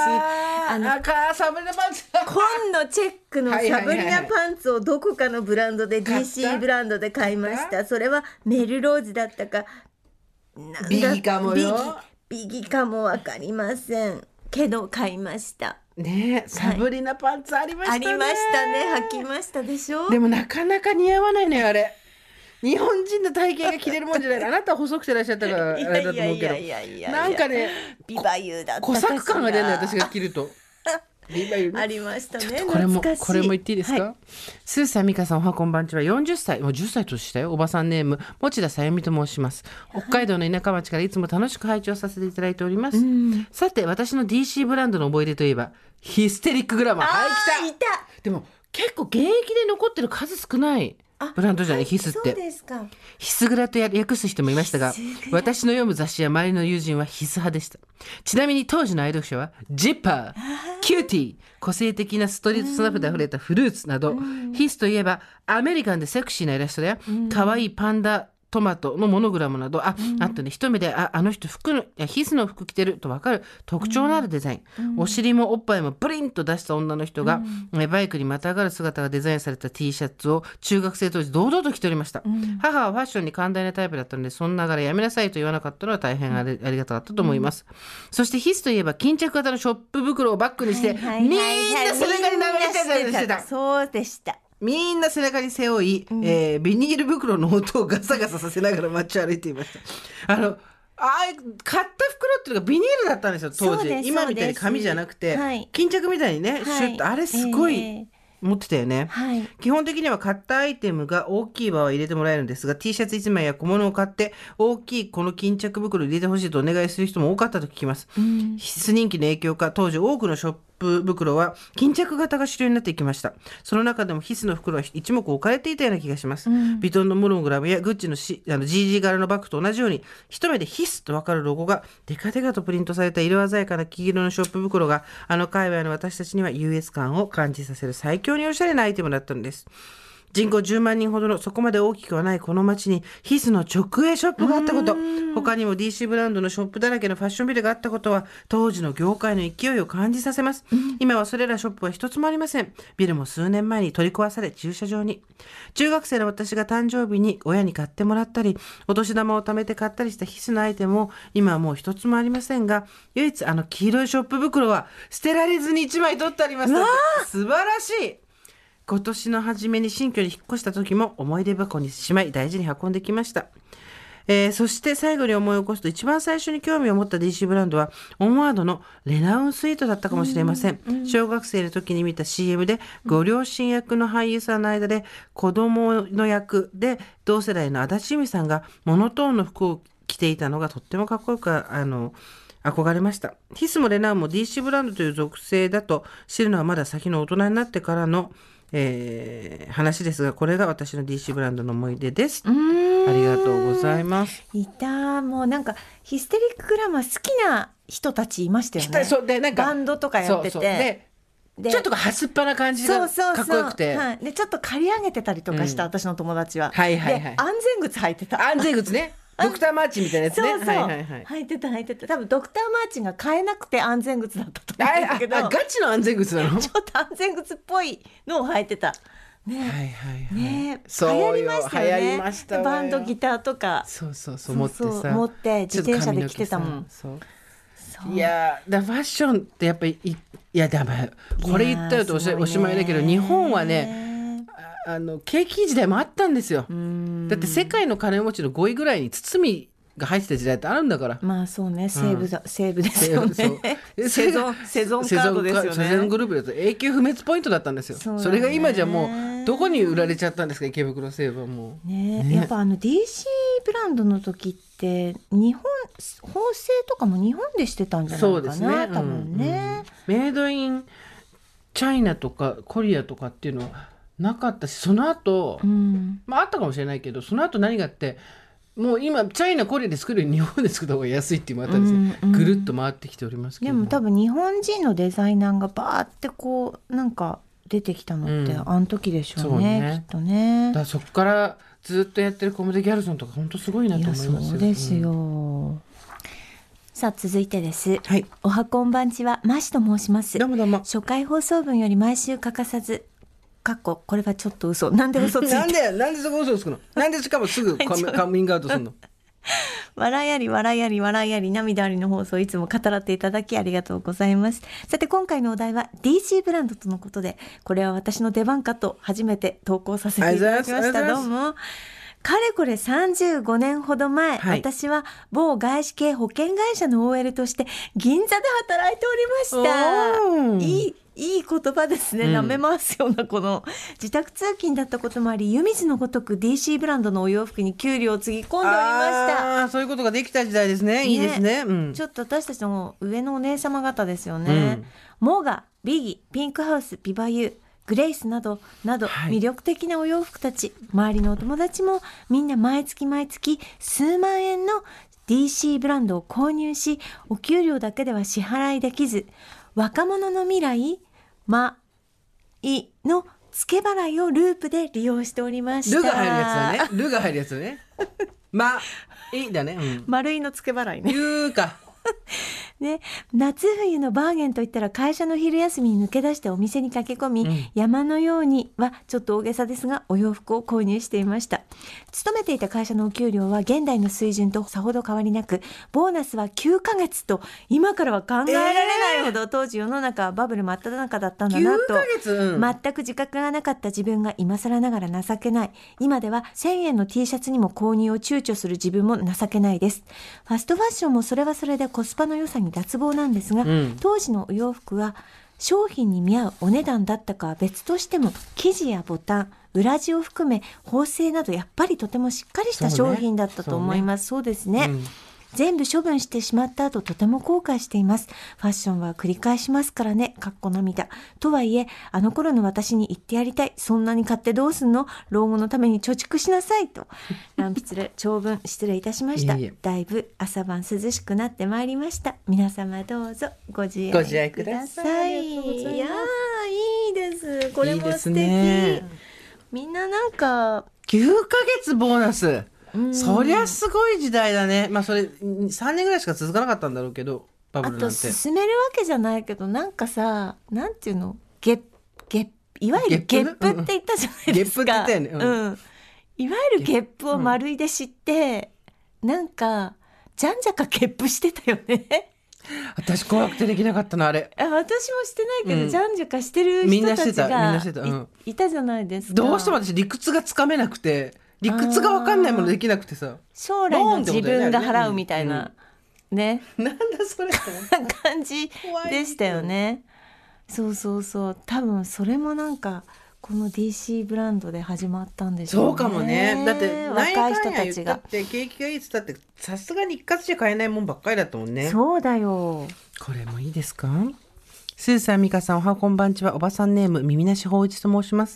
DC
サブリナパンツ
紺のチェックのサブリナパンツをどこかのブランドで DC ブランドで買いました。それはメルローズだったか
ビギかもよ。
ビギかもわかりませんけど買いました
ね。サブリナパンツありましたね、
ありましたね。履きましたでしょ。
でもなかなか似合わないのよあれ。日本人の体型が着れるもんじゃない。あなたは細くてらっしゃったからあれだと思うけど、なんかね、
ビバユーだった
小作感が出ない、私が着ると。ビバユー
ありましたね。
これも言っていいですか、スーさん、美香さん、おはこんばんちは。40歳、もう10歳年下よ。おばさんネーム持田さゆみと申します。北海道の田舎町からいつも楽しく拝聴させていただいております。さて、私の DC ブランドの思い出といえばヒステリックグラマー。
いた。
でも結構現役で残ってる数少ないブランドじゃない、ヒスって。
そうですか。
ヒスグラと訳す人もいましたが、私の読む雑誌や周りの友人はヒス派でした。ちなみに当時の愛読者はジッパー、キューティー、個性的なストリートスナップで溢れたフルーツなど、ヒスといえばアメリカンでセクシーなイラストや可愛いパンダトマトのモノグラムなど、あとね、一目であの人ヒスの服着てると分かる特徴のあるデザイン、お尻もおっぱいもブリンと出した女の人が、バイクにまたがる姿がデザインされた T シャツを中学生当時堂々と着ておりました。母はファッションに寛大なタイプだったので、そんながらやめなさいと言わなかったのは大変ありがたかったと思います。そしてヒスといえば巾着型のショップ袋をバッグにして、みんな背中に流れてたりしてた。
そうでした。
みんな背中に背負い、ビニール袋の音をガサガサさせながら街を歩いていました。買った袋っていうのがビニールだったんですよ当時。今みたいに紙じゃなくて、巾着みたいにね、シュッと、あれすごい持ってたよね、基本的には買ったアイテムが大きい場合は入れてもらえるんですが、 T シャツ1枚や小物を買って大きいこの巾着袋入れてほしいとお願いする人も多かったと聞きます。必須人気の影響か、当時多くのショップ袋は巾着型が主流になっていきました。その中でもヒスの袋は一目置かれていたような気がします。ビトンのモノグラムやグッチのGG 柄のバッグと同じように、一目でヒスと分かるロゴがデカデカとプリントされた色鮮やかな黄色のショップ袋が、あの界隈の私たちには優越感を感じさせる最強におしゃれなアイテムだったのです。人口10万人ほどのそこまで大きくはないこの町にヒスの直営ショップがあったこと、他にも DC ブランドのショップだらけのファッションビルがあったことは、当時の業界の勢いを感じさせます。今はそれらショップは一つもありません。ビルも数年前に取り壊され駐車場に。中学生の私が誕生日に親に買ってもらったり、お年玉を貯めて買ったりしたヒスのアイテムも今はもう一つもありませんが、唯一あの黄色いショップ袋は捨てられずに1枚取ってありました。素晴らしい。今年の初めに新居に引っ越した時も思い出箱にしまい大事に運んできました。そして最後に思い起こすと、一番最初に興味を持った DC ブランドはオンワードのレナウンスイートだったかもしれません。小学生の時に見た CM でご両親役の俳優さんの間で子供の役で同世代の足立由美さんがモノトーンの服を着ていたのがとってもかっこよく憧れました。ヒスもレナウも DC ブランドという属性だと知るのはまだ先の大人になってからの、話ですが、これが私の DC ブランドの思い出です。ありがとうございます。
いた、もうなんかヒステリックグラマー好きな人たちいましたよね。
そうでなんか
バンドとかやってて、
そうでちょっとはすっぱな感じがかっこよくて、
はい、でちょっと刈り上げてたりとかした、私の友達は、
はいはいはい、
で安全靴履いてた。
安全靴ねドクターマーチンみたいなやつね。
そうそう、
はいはいはい、
履いてた。多分ドクターマーチンが買えなくて安全靴だったと思うんだけど、
ガチの安全靴なの？
ちょっと安全靴っぽいのを履いてた。ね、
はいはいはい。
ね、
そうよ、
流行りましたよね。
流行りましたわよ。
バンドギターとか、
そう持ってさ、
持って自転車で来てたもん。
いやだファッションってやっぱりいやだめこれ言ったよとおしまいだけど、日本はね景気いい時代もあったんですよ。だって世界の金持ちの5位ぐらいに包が入ってた時代ってあるんだから。
まあそうね、西部ですよね。セゾンカードですよね。
セゾングループだと永久不滅ポイントだったんですよ。 それが今じゃもうどこに売られちゃったんですか、池袋西部はもう、ね、
やっぱDC ブランドの時って日本縫製とかも日本でしてたんじゃないかな。そうですね、多分ね、
メイドインチャイナとかコリアとかっていうのはなかったし、その後、まああったかもしれないけど、その後何があってもう今チャイナコリアで作るより日本で作った方が安いっていうのもあったんですね、ぐるっと回ってきておりますけど。
でも多分日本人のデザイナーがバーってこうなんか出てきたのって、あの時でしょうね、きっとね。
だからそこからずっとやってるコムデ・ギャルソンとか本当すごいなと思いますよ。
そうですよ、さあ続いてです、
はい、
おはこんばんちはマシと申します。
どうもどうも。
初回放送分より毎週欠かさずこれはちょっと嘘、なんで嘘ついて
なんでそこ嘘つくのなんでしかもすぐカミングアウトするの
笑いあり涙ありの放送いつも語らっていただきありがとうございます。さて今回のお題は DC ブランドとのことで、これは私の出番かと初めて投稿させていただきました。どうも。かれこれ35年ほど前、はい、私は某外資系保険会社の OL として銀座で働いておりました。いい言葉ですね、舐め回すような。この自宅通勤だったこともあり、湯水のごとく DC ブランドのお洋服に給料をつぎ込んでおりました。
そういうことができた時代ですね。いいですね、
ちょっと私たちの上のお姉様方ですよね、モガ、ビギ、ピンクハウス、ビバユー、グレイスなど魅力的なお洋服たち、周りのお友達もみんな毎月数万円の DC ブランドを購入し、お給料だけでは支払いできず、若者の未来の付け払いをループで利用しておりました。
ルが入るやつだね。ルが入るやつだね。だね、
丸いの付け払いね。
言うか
ね、夏冬のバーゲンといったら会社の昼休みに抜け出してお店に駆け込み、山のようにはちょっと大げさですがお洋服を購入していました。勤めていた会社のお給料は現代の水準とさほど変わりなく、ボーナスは9ヶ月と今からは考えられないほど、当時世の中はバブル真っ只中だったんだなと、全く自覚がなかった自分が今更ながら情けない。今では1000円の T シャツにも購入を躊躇する自分も情けないです。ファストファッションもそれはそれでコスパの良さに脱帽なんですが、当時のお洋服は商品に見合うお値段だったかは別としても、生地やボタン、裏地を含め縫製などやっぱりとてもしっかりした商品だったと思います。そうですね、全部処分してしまった後とても後悔しています。ファッションは繰り返しますからね、涙とはいえあの頃の私に言ってやりたい。そんなに買ってどうすんの、老後のために貯蓄しなさいと長文失礼いたしました。だいぶ朝晩涼しくなってまいりました。皆様どうぞご自愛ください。いやいいです、これも素敵。いいですね、みんななんか
9ヶ月ボーナス、そりゃすごい時代だね。それ3年ぐらいしか続かなかったんだろうけど、バブルなんて。
あと進めるわけじゃないけど、なんかさ、なんていうの、いわゆるゲップって言ったじゃないですか。
ゲップって言ったよね、
いわゆるゲップを丸いで知って、なんかじゃんじゃかゲップしてたよね。
私怖くてできなかったのあれ。
私もしてないけど、じゃんじゃかしてる人たちがいたじゃないですか。
どうしても私理屈がつかめなくて、理屈が分かんないものできなくてさ、
将来の自分が払うみたいな、ね、
なんだそれ
感じでしたよね。そう多分それもなんかこの DC ブランドで始まったんでしょうね。
そうかもね。だって
若い人たちが
言ったって景気がいいっつったってさすがに一括じゃ買えないもんばっかりだったもんね。
そうだよ。
これもいいですか。スーさん、ミカさん、おはこんばんちは。おばさんネーム耳なし法一と申します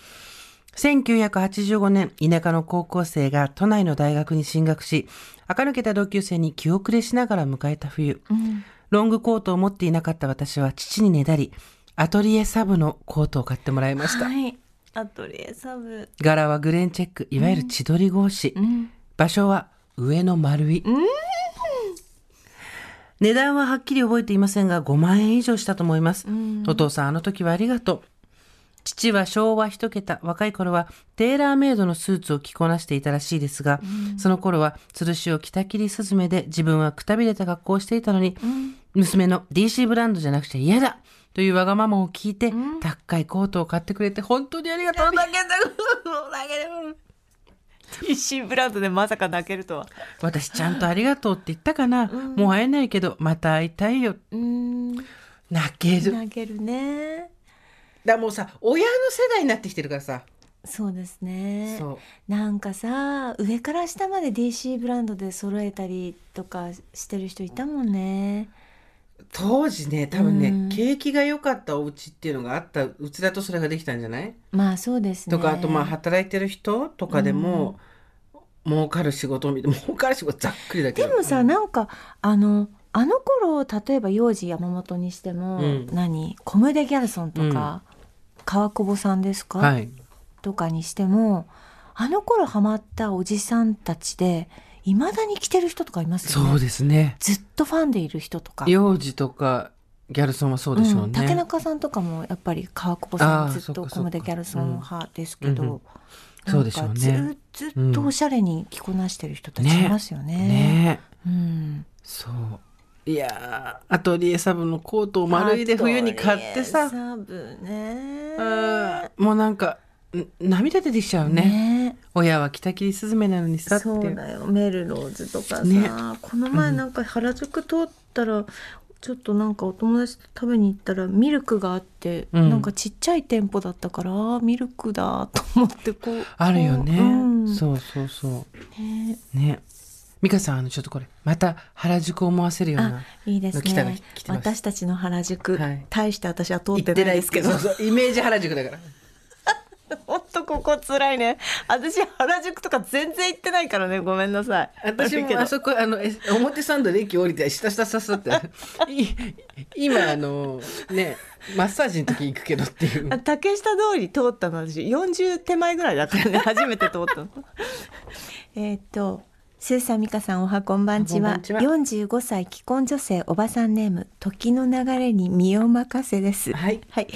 。1985年、田舎の高校生が都内の大学に進学し、垢抜けた同級生に気遅れしながら迎えた冬、ロングコートを持っていなかった私は父にねだり、アトリエサブのコートを買ってもらいました。
はい、アトリエサブ。
柄はグレーンチェック、いわゆる千鳥格子、場所は上野丸井、値段ははっきり覚えていませんが5万円以上したと思います。お父さん、あの時はありがとう。父は昭和一桁、若い頃はテーラーメイドのスーツを着こなしていたらしいですが、その頃は吊るしを着たきりスズメで自分はくたびれた格好をしていたのに、娘の DC ブランドじゃなくちゃ嫌だというわがままを聞いて、高いコートを買ってくれて本当にありがとうだけど
DC ブランドでまさか泣けるとは。
私ちゃんとありがとうって言ったかな、もう会えないけどまた会いたいよ。泣ける。
泣けるね。
だもうさ、親の世代になってきてるからさ。
そうですね。
そう
なんかさ、上から下まで DC ブランドで揃えたりとかしてる人いたもんね。
当時ね、多分ね、景気が良かったお家っていうのがあったうちだとそれができたんじゃない？
まあそうですね。
とか、あとまあ働いてる人とかでも、儲かる仕事を見て、儲かる仕事ざっくりだけど。
でもさ、なんかあの頃、例えば幼児山本にしても、コムデ・ギャルソンとか、川久保さんですか、
はい、
とかにしても、あの頃ハマったおじさんたちでいまだに着てる人とかいますよね。
そうですね。
ずっとファンでいる人とか。
幼児とかギャルソンはそうでしょうね。
竹中さんとかもやっぱり川久保さんずっとコムデ・ギャルソン派ですけど、
そうでしょうね。
ずっとおしゃれに着こなしてる人たちいますよね。
そう。いやアトリエサブのコートを丸いで冬に買ってさ、
サブね、
もうなんか涙出てきちゃう ね。親は北切りスズメなのにさって。
そうだよ。メルローズとかさ、この前なんか原宿通ったら、ちょっとなんかお友達と食べに行ったらミルクがあって、なんかちっちゃい店舗だったから、ミルクだと思ってこう
あるよね、そうそうそうね。美香さん、ちょっとこれまた原宿を思わせるような。
いいですね。私たちの原宿、大して私は通ってないですけど、
イメージ原宿だから
ほんとここ辛いね。私原宿とか全然行ってないからね、ごめんなさい。
私もあそこ表参道で駅降りて下って今ね、マッサージの時行くけどっていう。
竹下通り通ったの私40手前ぐらいだからね、初めて通ったのスーさん、ミカさん、おはこんばんちは。45歳既婚女性、おばさんネーム、時の流れに身を任せです。はい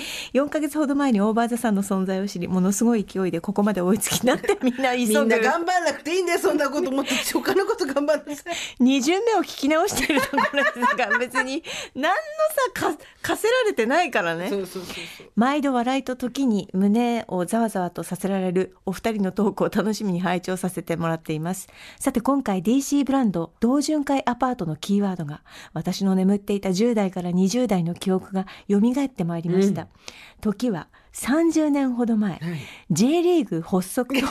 。4ヶ月ほど前にオーバーザさんの存在を知り、ものすごい勢いでここまで追いつきになってみんな急ぐ。
みんな頑張らなくていいんだよ、そんなこと思って他のこと頑張んなさい。
2巡目を聞き直しているところですが、別に何のさ課せられてないからね。そう毎度笑いと時に胸をざわざわとさせられるお二人のトークを楽しみに拝聴させてもらっています。さて今回 DC ブランド同潤会アパートのキーワードが、私の眠っていた10代から20代の記憶が蘇ってまいりました。時は30年ほど前、J リーグ発足とも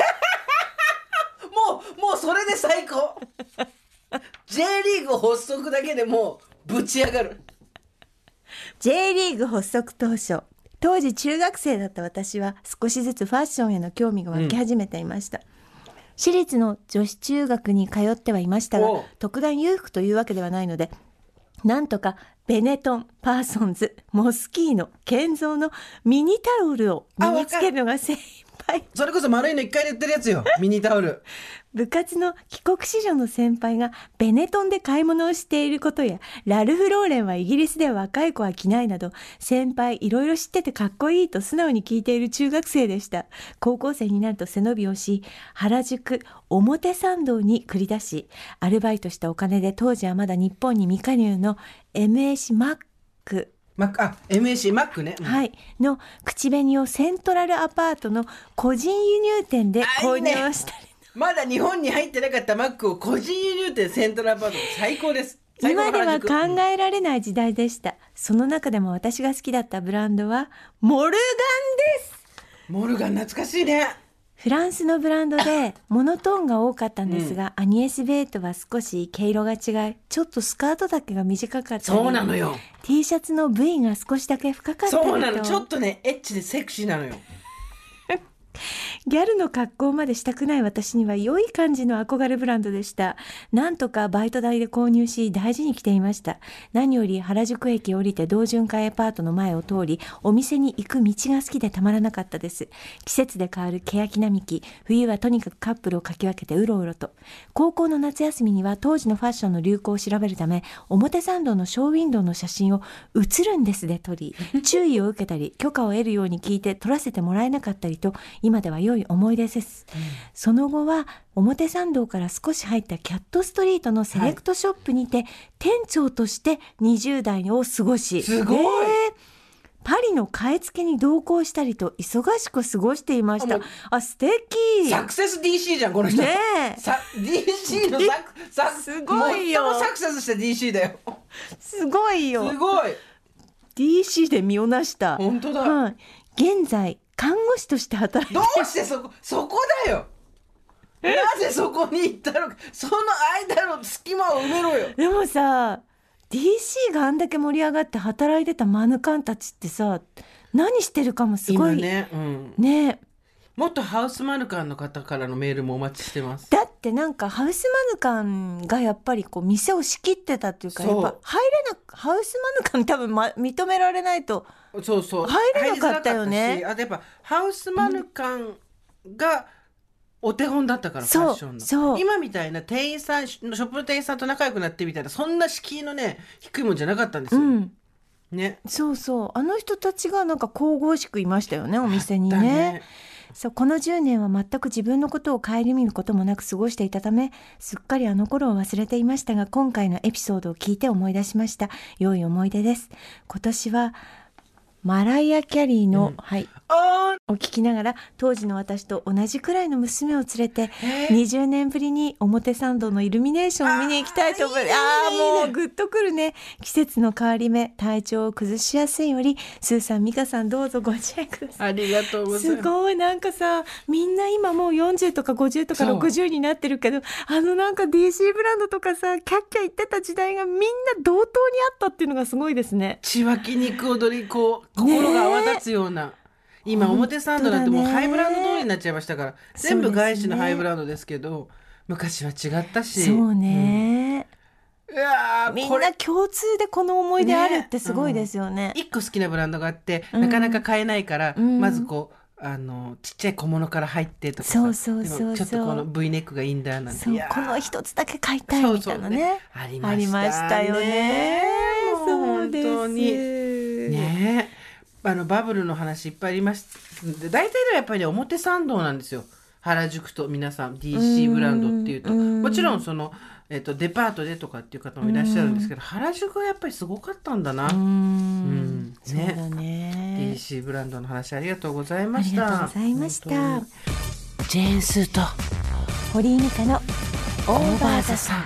うそれで最高J リーグ発足だけでもうぶち上がる。
J リーグ発足当初、当時中学生だった私は少しずつファッションへの興味が湧き始めていました。私立の女子中学に通ってはいましたが、特段裕福というわけではないので、なんとかベネトン、パーソンズ、モスキーノ、ケンゾーのミニタオルを身につけるのが精一杯。
それこそ丸いの1回で売ってるやつよ、ミニタオル。
部活の帰国子女の先輩がベネトンで買い物をしていることや、ラルフローレンはイギリスでは若い子は着ないなど、先輩いろいろ知っててかっこいいと素直に聞いている中学生でした。高校生になると背伸びをし、原宿表参道に繰り出し、アルバイトしたお金で当時はまだ日本に未加入の MAC マック
MAC マックね、
の口紅をセントラルアパートの個人輸入店で購入したり、
まだ日本に入ってなかったマックを個人輸入店セントラルアパート、最高です。
今では考えられない時代でした。その中でも私が好きだったブランドはモルガンです。
モルガン懐かしいね。
フランスのブランドでモノトーンが多かったんですが、アニエスベートは少し毛色が違い、ちょっとスカート丈が短かったり、
そうなのよ。
T シャツの V が少しだけ深かったりと、
そうなの、ちょっとねエッチでセクシーなのよ。
ギャルの格好までしたくない私には良い感じの憧れブランドでした。なんとかバイト代で購入し大事に着ていました。何より原宿駅降りて同潤会アパートの前を通りお店に行く道が好きでたまらなかったです。季節で変わる欅並木、冬はとにかくカップルをかき分けてうろうろと。高校の夏休みには当時のファッションの流行を調べるため表参道のショーウィンドウの写真を写るんですで撮り、注意を受けたり許可を得るように聞いて撮らせてもらえなかったりと、今では良い思い出です、その後は表参道から少し入ったキャットストリートのセレクトショップにて、店長として20代を過ごし、
すごい、
パリの買い付けに同行したりと忙しく過ごしていました。素敵。
サクセス DC じゃんこの人
ねえ。
DC の
すごいよ。
最もサクセスした DC だよ。
すごいよ。
すごい
DC で身をなした。
本当だ、
はい、現在看護師として働いて
どうしてそこだよ。なぜそこに行ったのか、その間の隙間を埋めろよ。
でもさ DC があんだけ盛り上がって働いてたマヌカンたちってさ、何してるかもすごい
今ね、
ね。
もっとハウスマヌカンの方からのメールもお待ちしてます。
だってなんかハウスマヌカンがやっぱりこう店を仕切ってたっていうか、やっぱハウスマヌカン多分、認められないと
そうそう
入れなかったよね。
入りづらかったし、あとやっぱハウスマヌカンがお手本だったから、ファッションの。
そう
今みたいな店員さん、ショップの店員さんと仲良くなってみたいな、そんな敷居のね低いもんじゃなかったんですよ、ね。
そうそう、あの人たちがなんか神々しくいましたよね、お店に
だ
ね。そう、この10年は全く自分のことを顧みることもなく過ごしていたため、すっかりあの頃を忘れていましたが、今回のエピソードを聞いて思い出しました。良い思い出です。今年はマライア・キャリーの、を聞きながら、当時の私と同じくらいの娘を連れて20年ぶりに表参道のイルミネーションを見に行きたいと思います。もうグッとくるね。季節の変わり目、体調を崩しやすいより、スーさん、ミカさん、どうぞご自愛ください。
ありがとうございます。
すごい、なんかさ、みんな今もう40とか50とか60になってるけど、なんか DC ブランドとかさ、キャッキャ言ってた時代がみんな同等にあったっていうのがすごいですね。
血湧き肉踊り、こう心が泡立つような、今表参道なんてもうハイブランド通りになっちゃいましたから、全部外資のハイブランドですけど、昔は違ったし。
そうね、
いや
みんな共通でこの思い出あるってすごいですよね。
一個好きなブランドがあって、なかなか買えないから、まずこうちっちゃい小物から入ってとかさ、
そう
でもちょっとこの V ネックがいいんだなんて、
この一つだけ買いたいみたいなね、
ありました
よね。そうです
本当にね。バブルの話いっぱいありました。大体ではやっぱりね、表参道なんですよ。原宿と皆さん DC ブランドっていうと、もちろんその、デパートでとかっていう方もいらっしゃるんですけど、原宿はやっぱりすごかったんだな。
そうだね。
DC ブランドの話ありがとうございました。
ありがとうございました。
ジェーンスーと
堀井美香のオーバーザさん。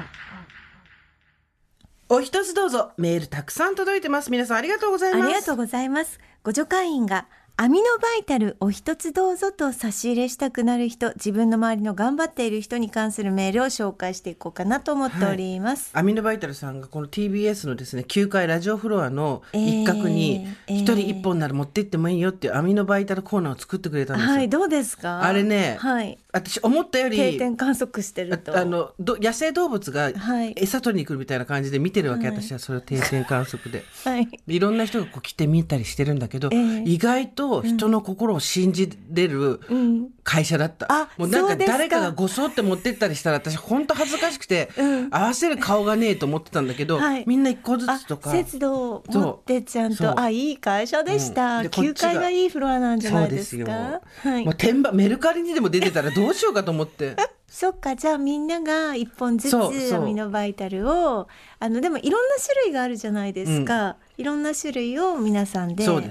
お一つどうぞ。メールたくさん届いてます。皆さんありがとうございます。
ありがとうございます。ご助会員がアミノバイタルお一つどうぞと差し入れしたくなる人、自分の周りの頑張っている人に関するメールを紹介していこうかなと思っております。
アミノバイタルさんがこの TBS のですね9階ラジオフロアの一角に一人一本なら持って行ってもいいよっていうアミノバイタルコーナーを作ってくれたんですよ。
はい、どうですか？
あれね、私思ったより
定点観測してると
野生動物が餌取りに来るみたいな感じで見てるわけ、私はそれを定点観測で、いろんな人がこう来て見たりしてるんだけど、意外と人の心を信じれる会社だった、もうなんか誰かがごそって持ってったりしたら私本当恥ずかしくて、合わせる顔がねえと思ってたんだけど、みんな一個ずつとか
節度を持ってちゃんと、いい会社でした、9階がいいフロアなんじゃないですか。
もうメルカリにでも出てたらどうしようかと思って
そっか、じゃあみんなが1本ずつアミノバイタルをでもいろんな種類があるじゃないですか、いろんな種類を皆さんで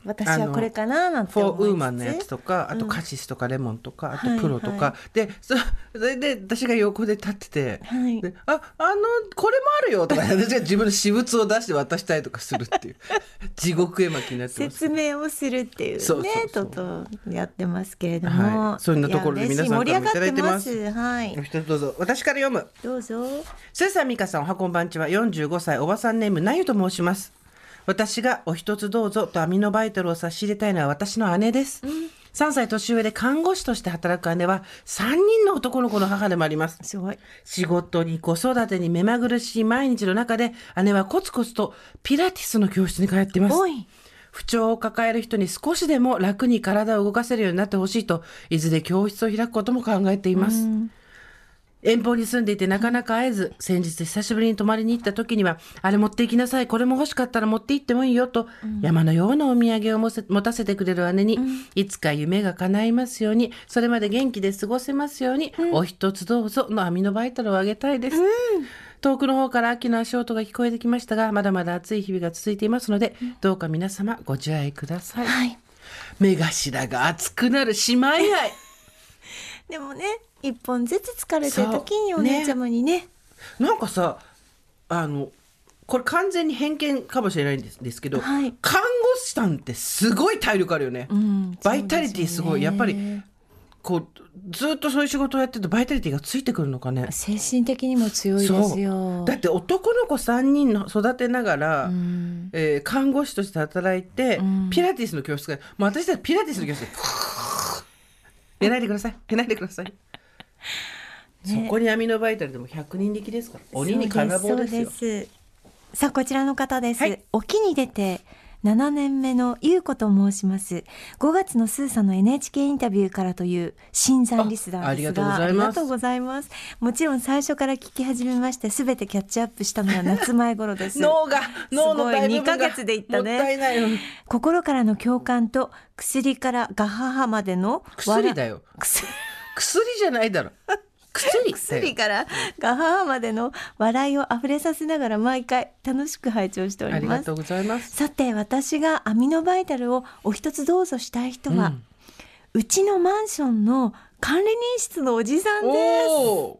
私はこれかななんて
フォ
思いつつ
ーウーマンのやつとか、あとカシスとかレモンとか、あとプロとか、でそれで私が横で立ってて、でこれもあるよとか私が自分の私物を出して渡したりとかするっていう地獄絵巻になってます。
説明をするっていうね、とやってますけれども、
そんなところで皆さんからもいただいてます。お一つどうぞ。私から読む。
どうぞ。
スーさん、ミカさん、おはこんばんちは。45歳おばさんネームなゆと申します。私がお一つどうぞとアミノバイタルを差し入れたいのは私の姉です。3歳年上で看護師として働く姉は3人の男の子の母でもあります。
すごい。
仕事に子育てに目まぐるしい毎日の中で姉はコツコツとピラティスの教室に通っています。不調を抱える人に少しでも楽に体を動かせるようになってほしいと、いずれ教室を開くことも考えています。遠方に住んでいてなかなか会えず、先日久しぶりに泊まりに行った時には、あれ持って行きなさい、これも欲しかったら持って行ってもいいよと、山のようなお土産を持たせてくれる姉に、いつか夢が叶いますように、それまで元気で過ごせますように、お一つどうぞのアミノバイタルをあげたいです。遠くの方から秋の足音が聞こえてきましたが、まだまだ暑い日々が続いていますので、どうか皆様ご自愛ください。目頭が熱くなる姉妹愛。
でもね、一本ずつ疲れてる時にお姉ちゃまにね、
なんかさ、これ完全に偏見かもしれないんですけど、看護師さんってすごい体力あるよね。バイタリティすごい。やっぱりこうずっとそういう仕事をやってるとバイタリティがついてくるのかね。
精神的にも強いですよ。
だって男の子3人の育てながら、看護師として働いて、ピラティスの教室が、もう私たちピラティスの教室で寝ないでください、寝ないでください。そこにアミノバイタルでも100人力ですから、鬼に金棒ですよ。
さあ、こちらの方です。沖に出て7年目のゆうこと申します。5月のスーさんの NHK インタビューからという新参リスナーですが、
ありがとうございます。
ありがとうございます。もちろん最初から聞き始めまして、すべてキャッチアップしたのは夏前頃です。
脳の大部分が
2ヶ月でいったね。
もったいないよ。
心からの共感と薬からガハハまでの
薬だよ。薬じゃないだろ。
薬からガハハまでの笑いをあふれさせながら毎回楽しく拝聴しております。
ありがとうございます。
さて、私がアミノバイタルをお一つどうぞしたい人は、うちのマンションの管理人室のおじさんです。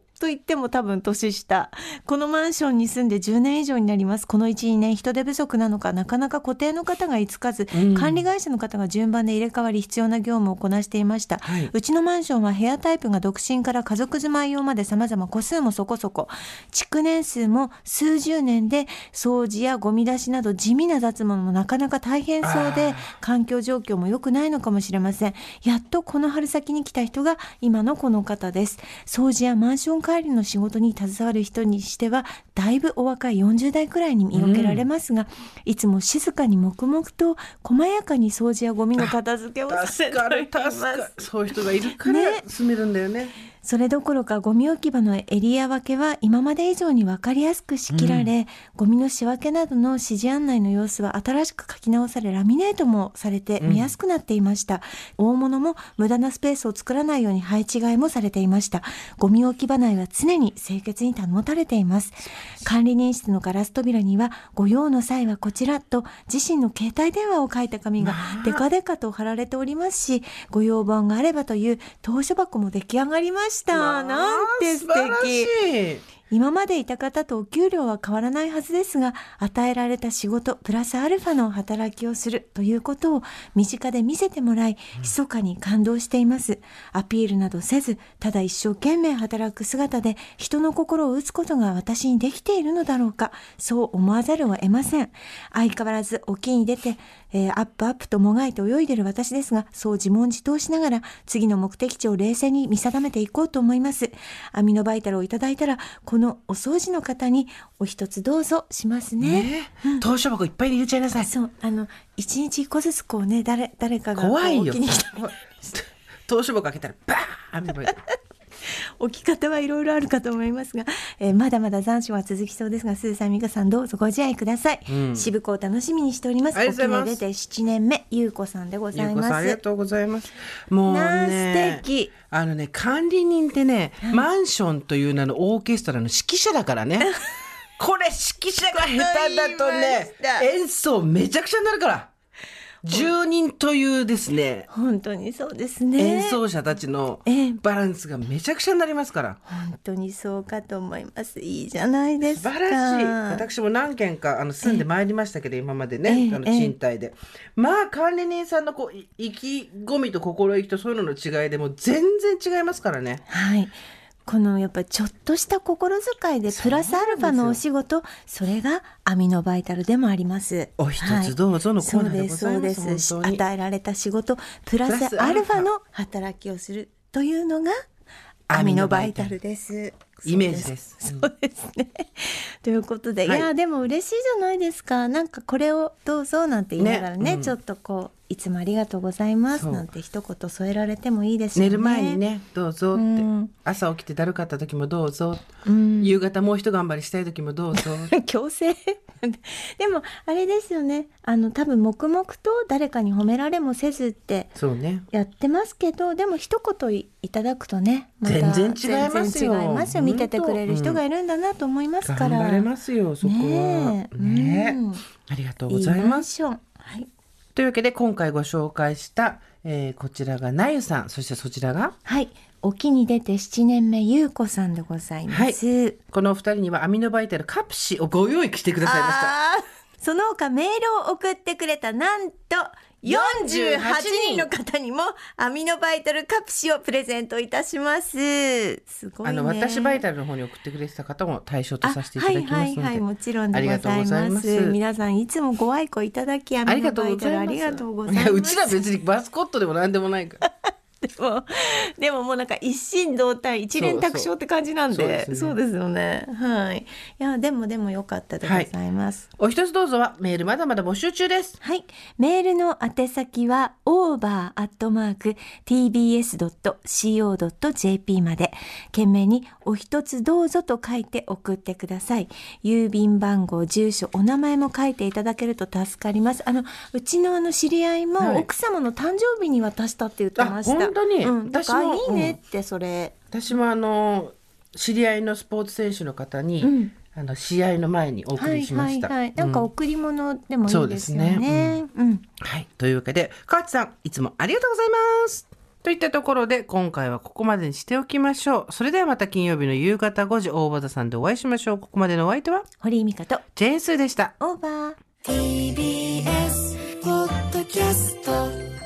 と言っても多分年下。このマンションに住んで10年以上になります。この 1,2 年人手不足なのか、なかなか固定の方が居つかず、管理会社の方が順番で入れ替わり必要な業務をこなしていました。うちのマンションは部屋タイプが独身から家族住まい用まで様々、戸数もそこそこ、築年数も数十年で、掃除やゴミ出しなど地味な雑務もなかなか大変そうで、環境状況も良くないのかもしれません。やっとこの春先に来た人が今のこの方です。掃除やマンション帰りの仕事に携わる人にしてはだいぶお若い40代くらいに見分けられますが、いつも静かに黙々と細やかに掃除やゴミの片付けをさせています。
そういう人がいるから住めるんだよね。
それどころかゴミ置き場のエリア分けは今まで以上に分かりやすく仕切られ、ゴミの仕分けなどの指示案内の様子は新しく書き直され、ラミネートもされて見やすくなっていました。大物も無駄なスペースを作らないように配置換えもされていました。ゴミ置き場内は常に清潔に保たれています。管理人室のガラス扉には、ご用の際はこちらと自身の携帯電話を書いた紙がデカデカと貼られておりますし、ご要望があればという投書箱も出来上がりました。なんて素敵。今までいた方とお給料は変わらないはずですが、与えられた仕事プラスアルファの働きをするということを身近で見せてもらい、密かに感動しています。アピールなどせず、ただ一生懸命働く姿で人の心を打つことが私にできているのだろうか、そう思わざるを得ません。相変わらず沖に出て、アップアップともがいて泳いでいる私ですが、そう自問自答しながら次の目的地を冷静に見定めていこうと思います。アミノバイタルをいただいたら、このお掃除の方にお一つどうぞしますね。
投書箱いっぱいに入れちゃいなさい。
そう、一日一個ずつこうね、誰かが
怖いよ。
置きに来た
投書箱開けたらバーンアミノバイタル。
置き方はいろいろあるかと思いますが、まだまだ残暑は続きそうですが、スーさん、美香さん、どうぞご自愛ください。渋子を楽しみにしております。沖に出て7年目、ゆうこさんでございます。ゆうこさん、あり
がとうございます。もうね、
素敵。
管理人ってね、マンションという名のオーケストラの指揮者だからね。これ指揮者が下手だとね、演奏めちゃくちゃになるから。 10人というですね、
本当にそうですね。
演奏者たちのバランスがめちゃくちゃになりますから。
本当にそうかと思います。いいじゃないですか。
素晴らしい。私も何軒か住んでまいりましたけど、今までね、賃貸で。まあ管理人さんの意気込みと心意気とそういうのの違いでも全然違いますからね。
はい。このやっぱりちょっとした心遣いでプラスアルファのお仕事、それがアミノバイタルでもあります。
お一つどうぞのコーナーでございます。
そうです。与えられた仕事プラスアルファの働きをするというのがアミノバイタルです。
イメージです。
そうですね。ということで、いやでも嬉しいじゃないですか。なんかこれをどうぞなんて言いながらね、ちょっといつもありがとうございますなんて一言添えられてもいいですよね。
寝る前にね、どうぞって、朝起きてだるかった時もどうぞ、夕方もう一頑張りしたい時もどうぞ。
強制でもあれですよね、多分黙々と誰かに褒められもせずってやってますけど、でも一言いただくとね、また
全然違いますよ。
見ててくれる人がいるんだなと思いますから、
頑張れますよ、そこはね。ありがとうございます。というわけで今回ご紹介した、こちらがなゆさん、そしてそちらが
沖に出て7年目ゆうこさんでございます、
このお二人にはアミノバイタルカプシをご用意してくださいました。
その他メールを送ってくれたなんと48人の方にもアミノバイタルカプシをプレゼントいたします。すごいね。
私バイタルの方に送ってくれてた方も対象とさせていただきますので、
もちろんでございます。皆さんいつもご愛顧いただきアミノバイタルありがとうございます。
うちら別にマスコットでもなんでもないから
でももうなんか一心同体一連卓勝って感じなんで、そうですよね。いやでも良かったでございます。
お一つどうぞはメールまだまだ募集中です。
メールの宛先は over@tbs.co.jp まで、懸命にお一つどうぞと書いて送ってください。郵便番号、住所、お名前も書いていただけると助かります。うちの知り合いも奥様の誕生日に渡したって言ってました。
本当に、
だからいいねってそれ。
私も知り合いのスポーツ選手の方に、試合の前にお送りしました。
なんか贈り物でもいいですよね。
というわけで河内さんいつもありがとうございます。といったところで今回はここまでにしておきましょう。それではまた金曜日の夕方5時大和田さんでお会いしましょう。ここまでのお相手は
堀井美香と
ジェーンスーでした。
オーバー。
TBS ポッドキャスト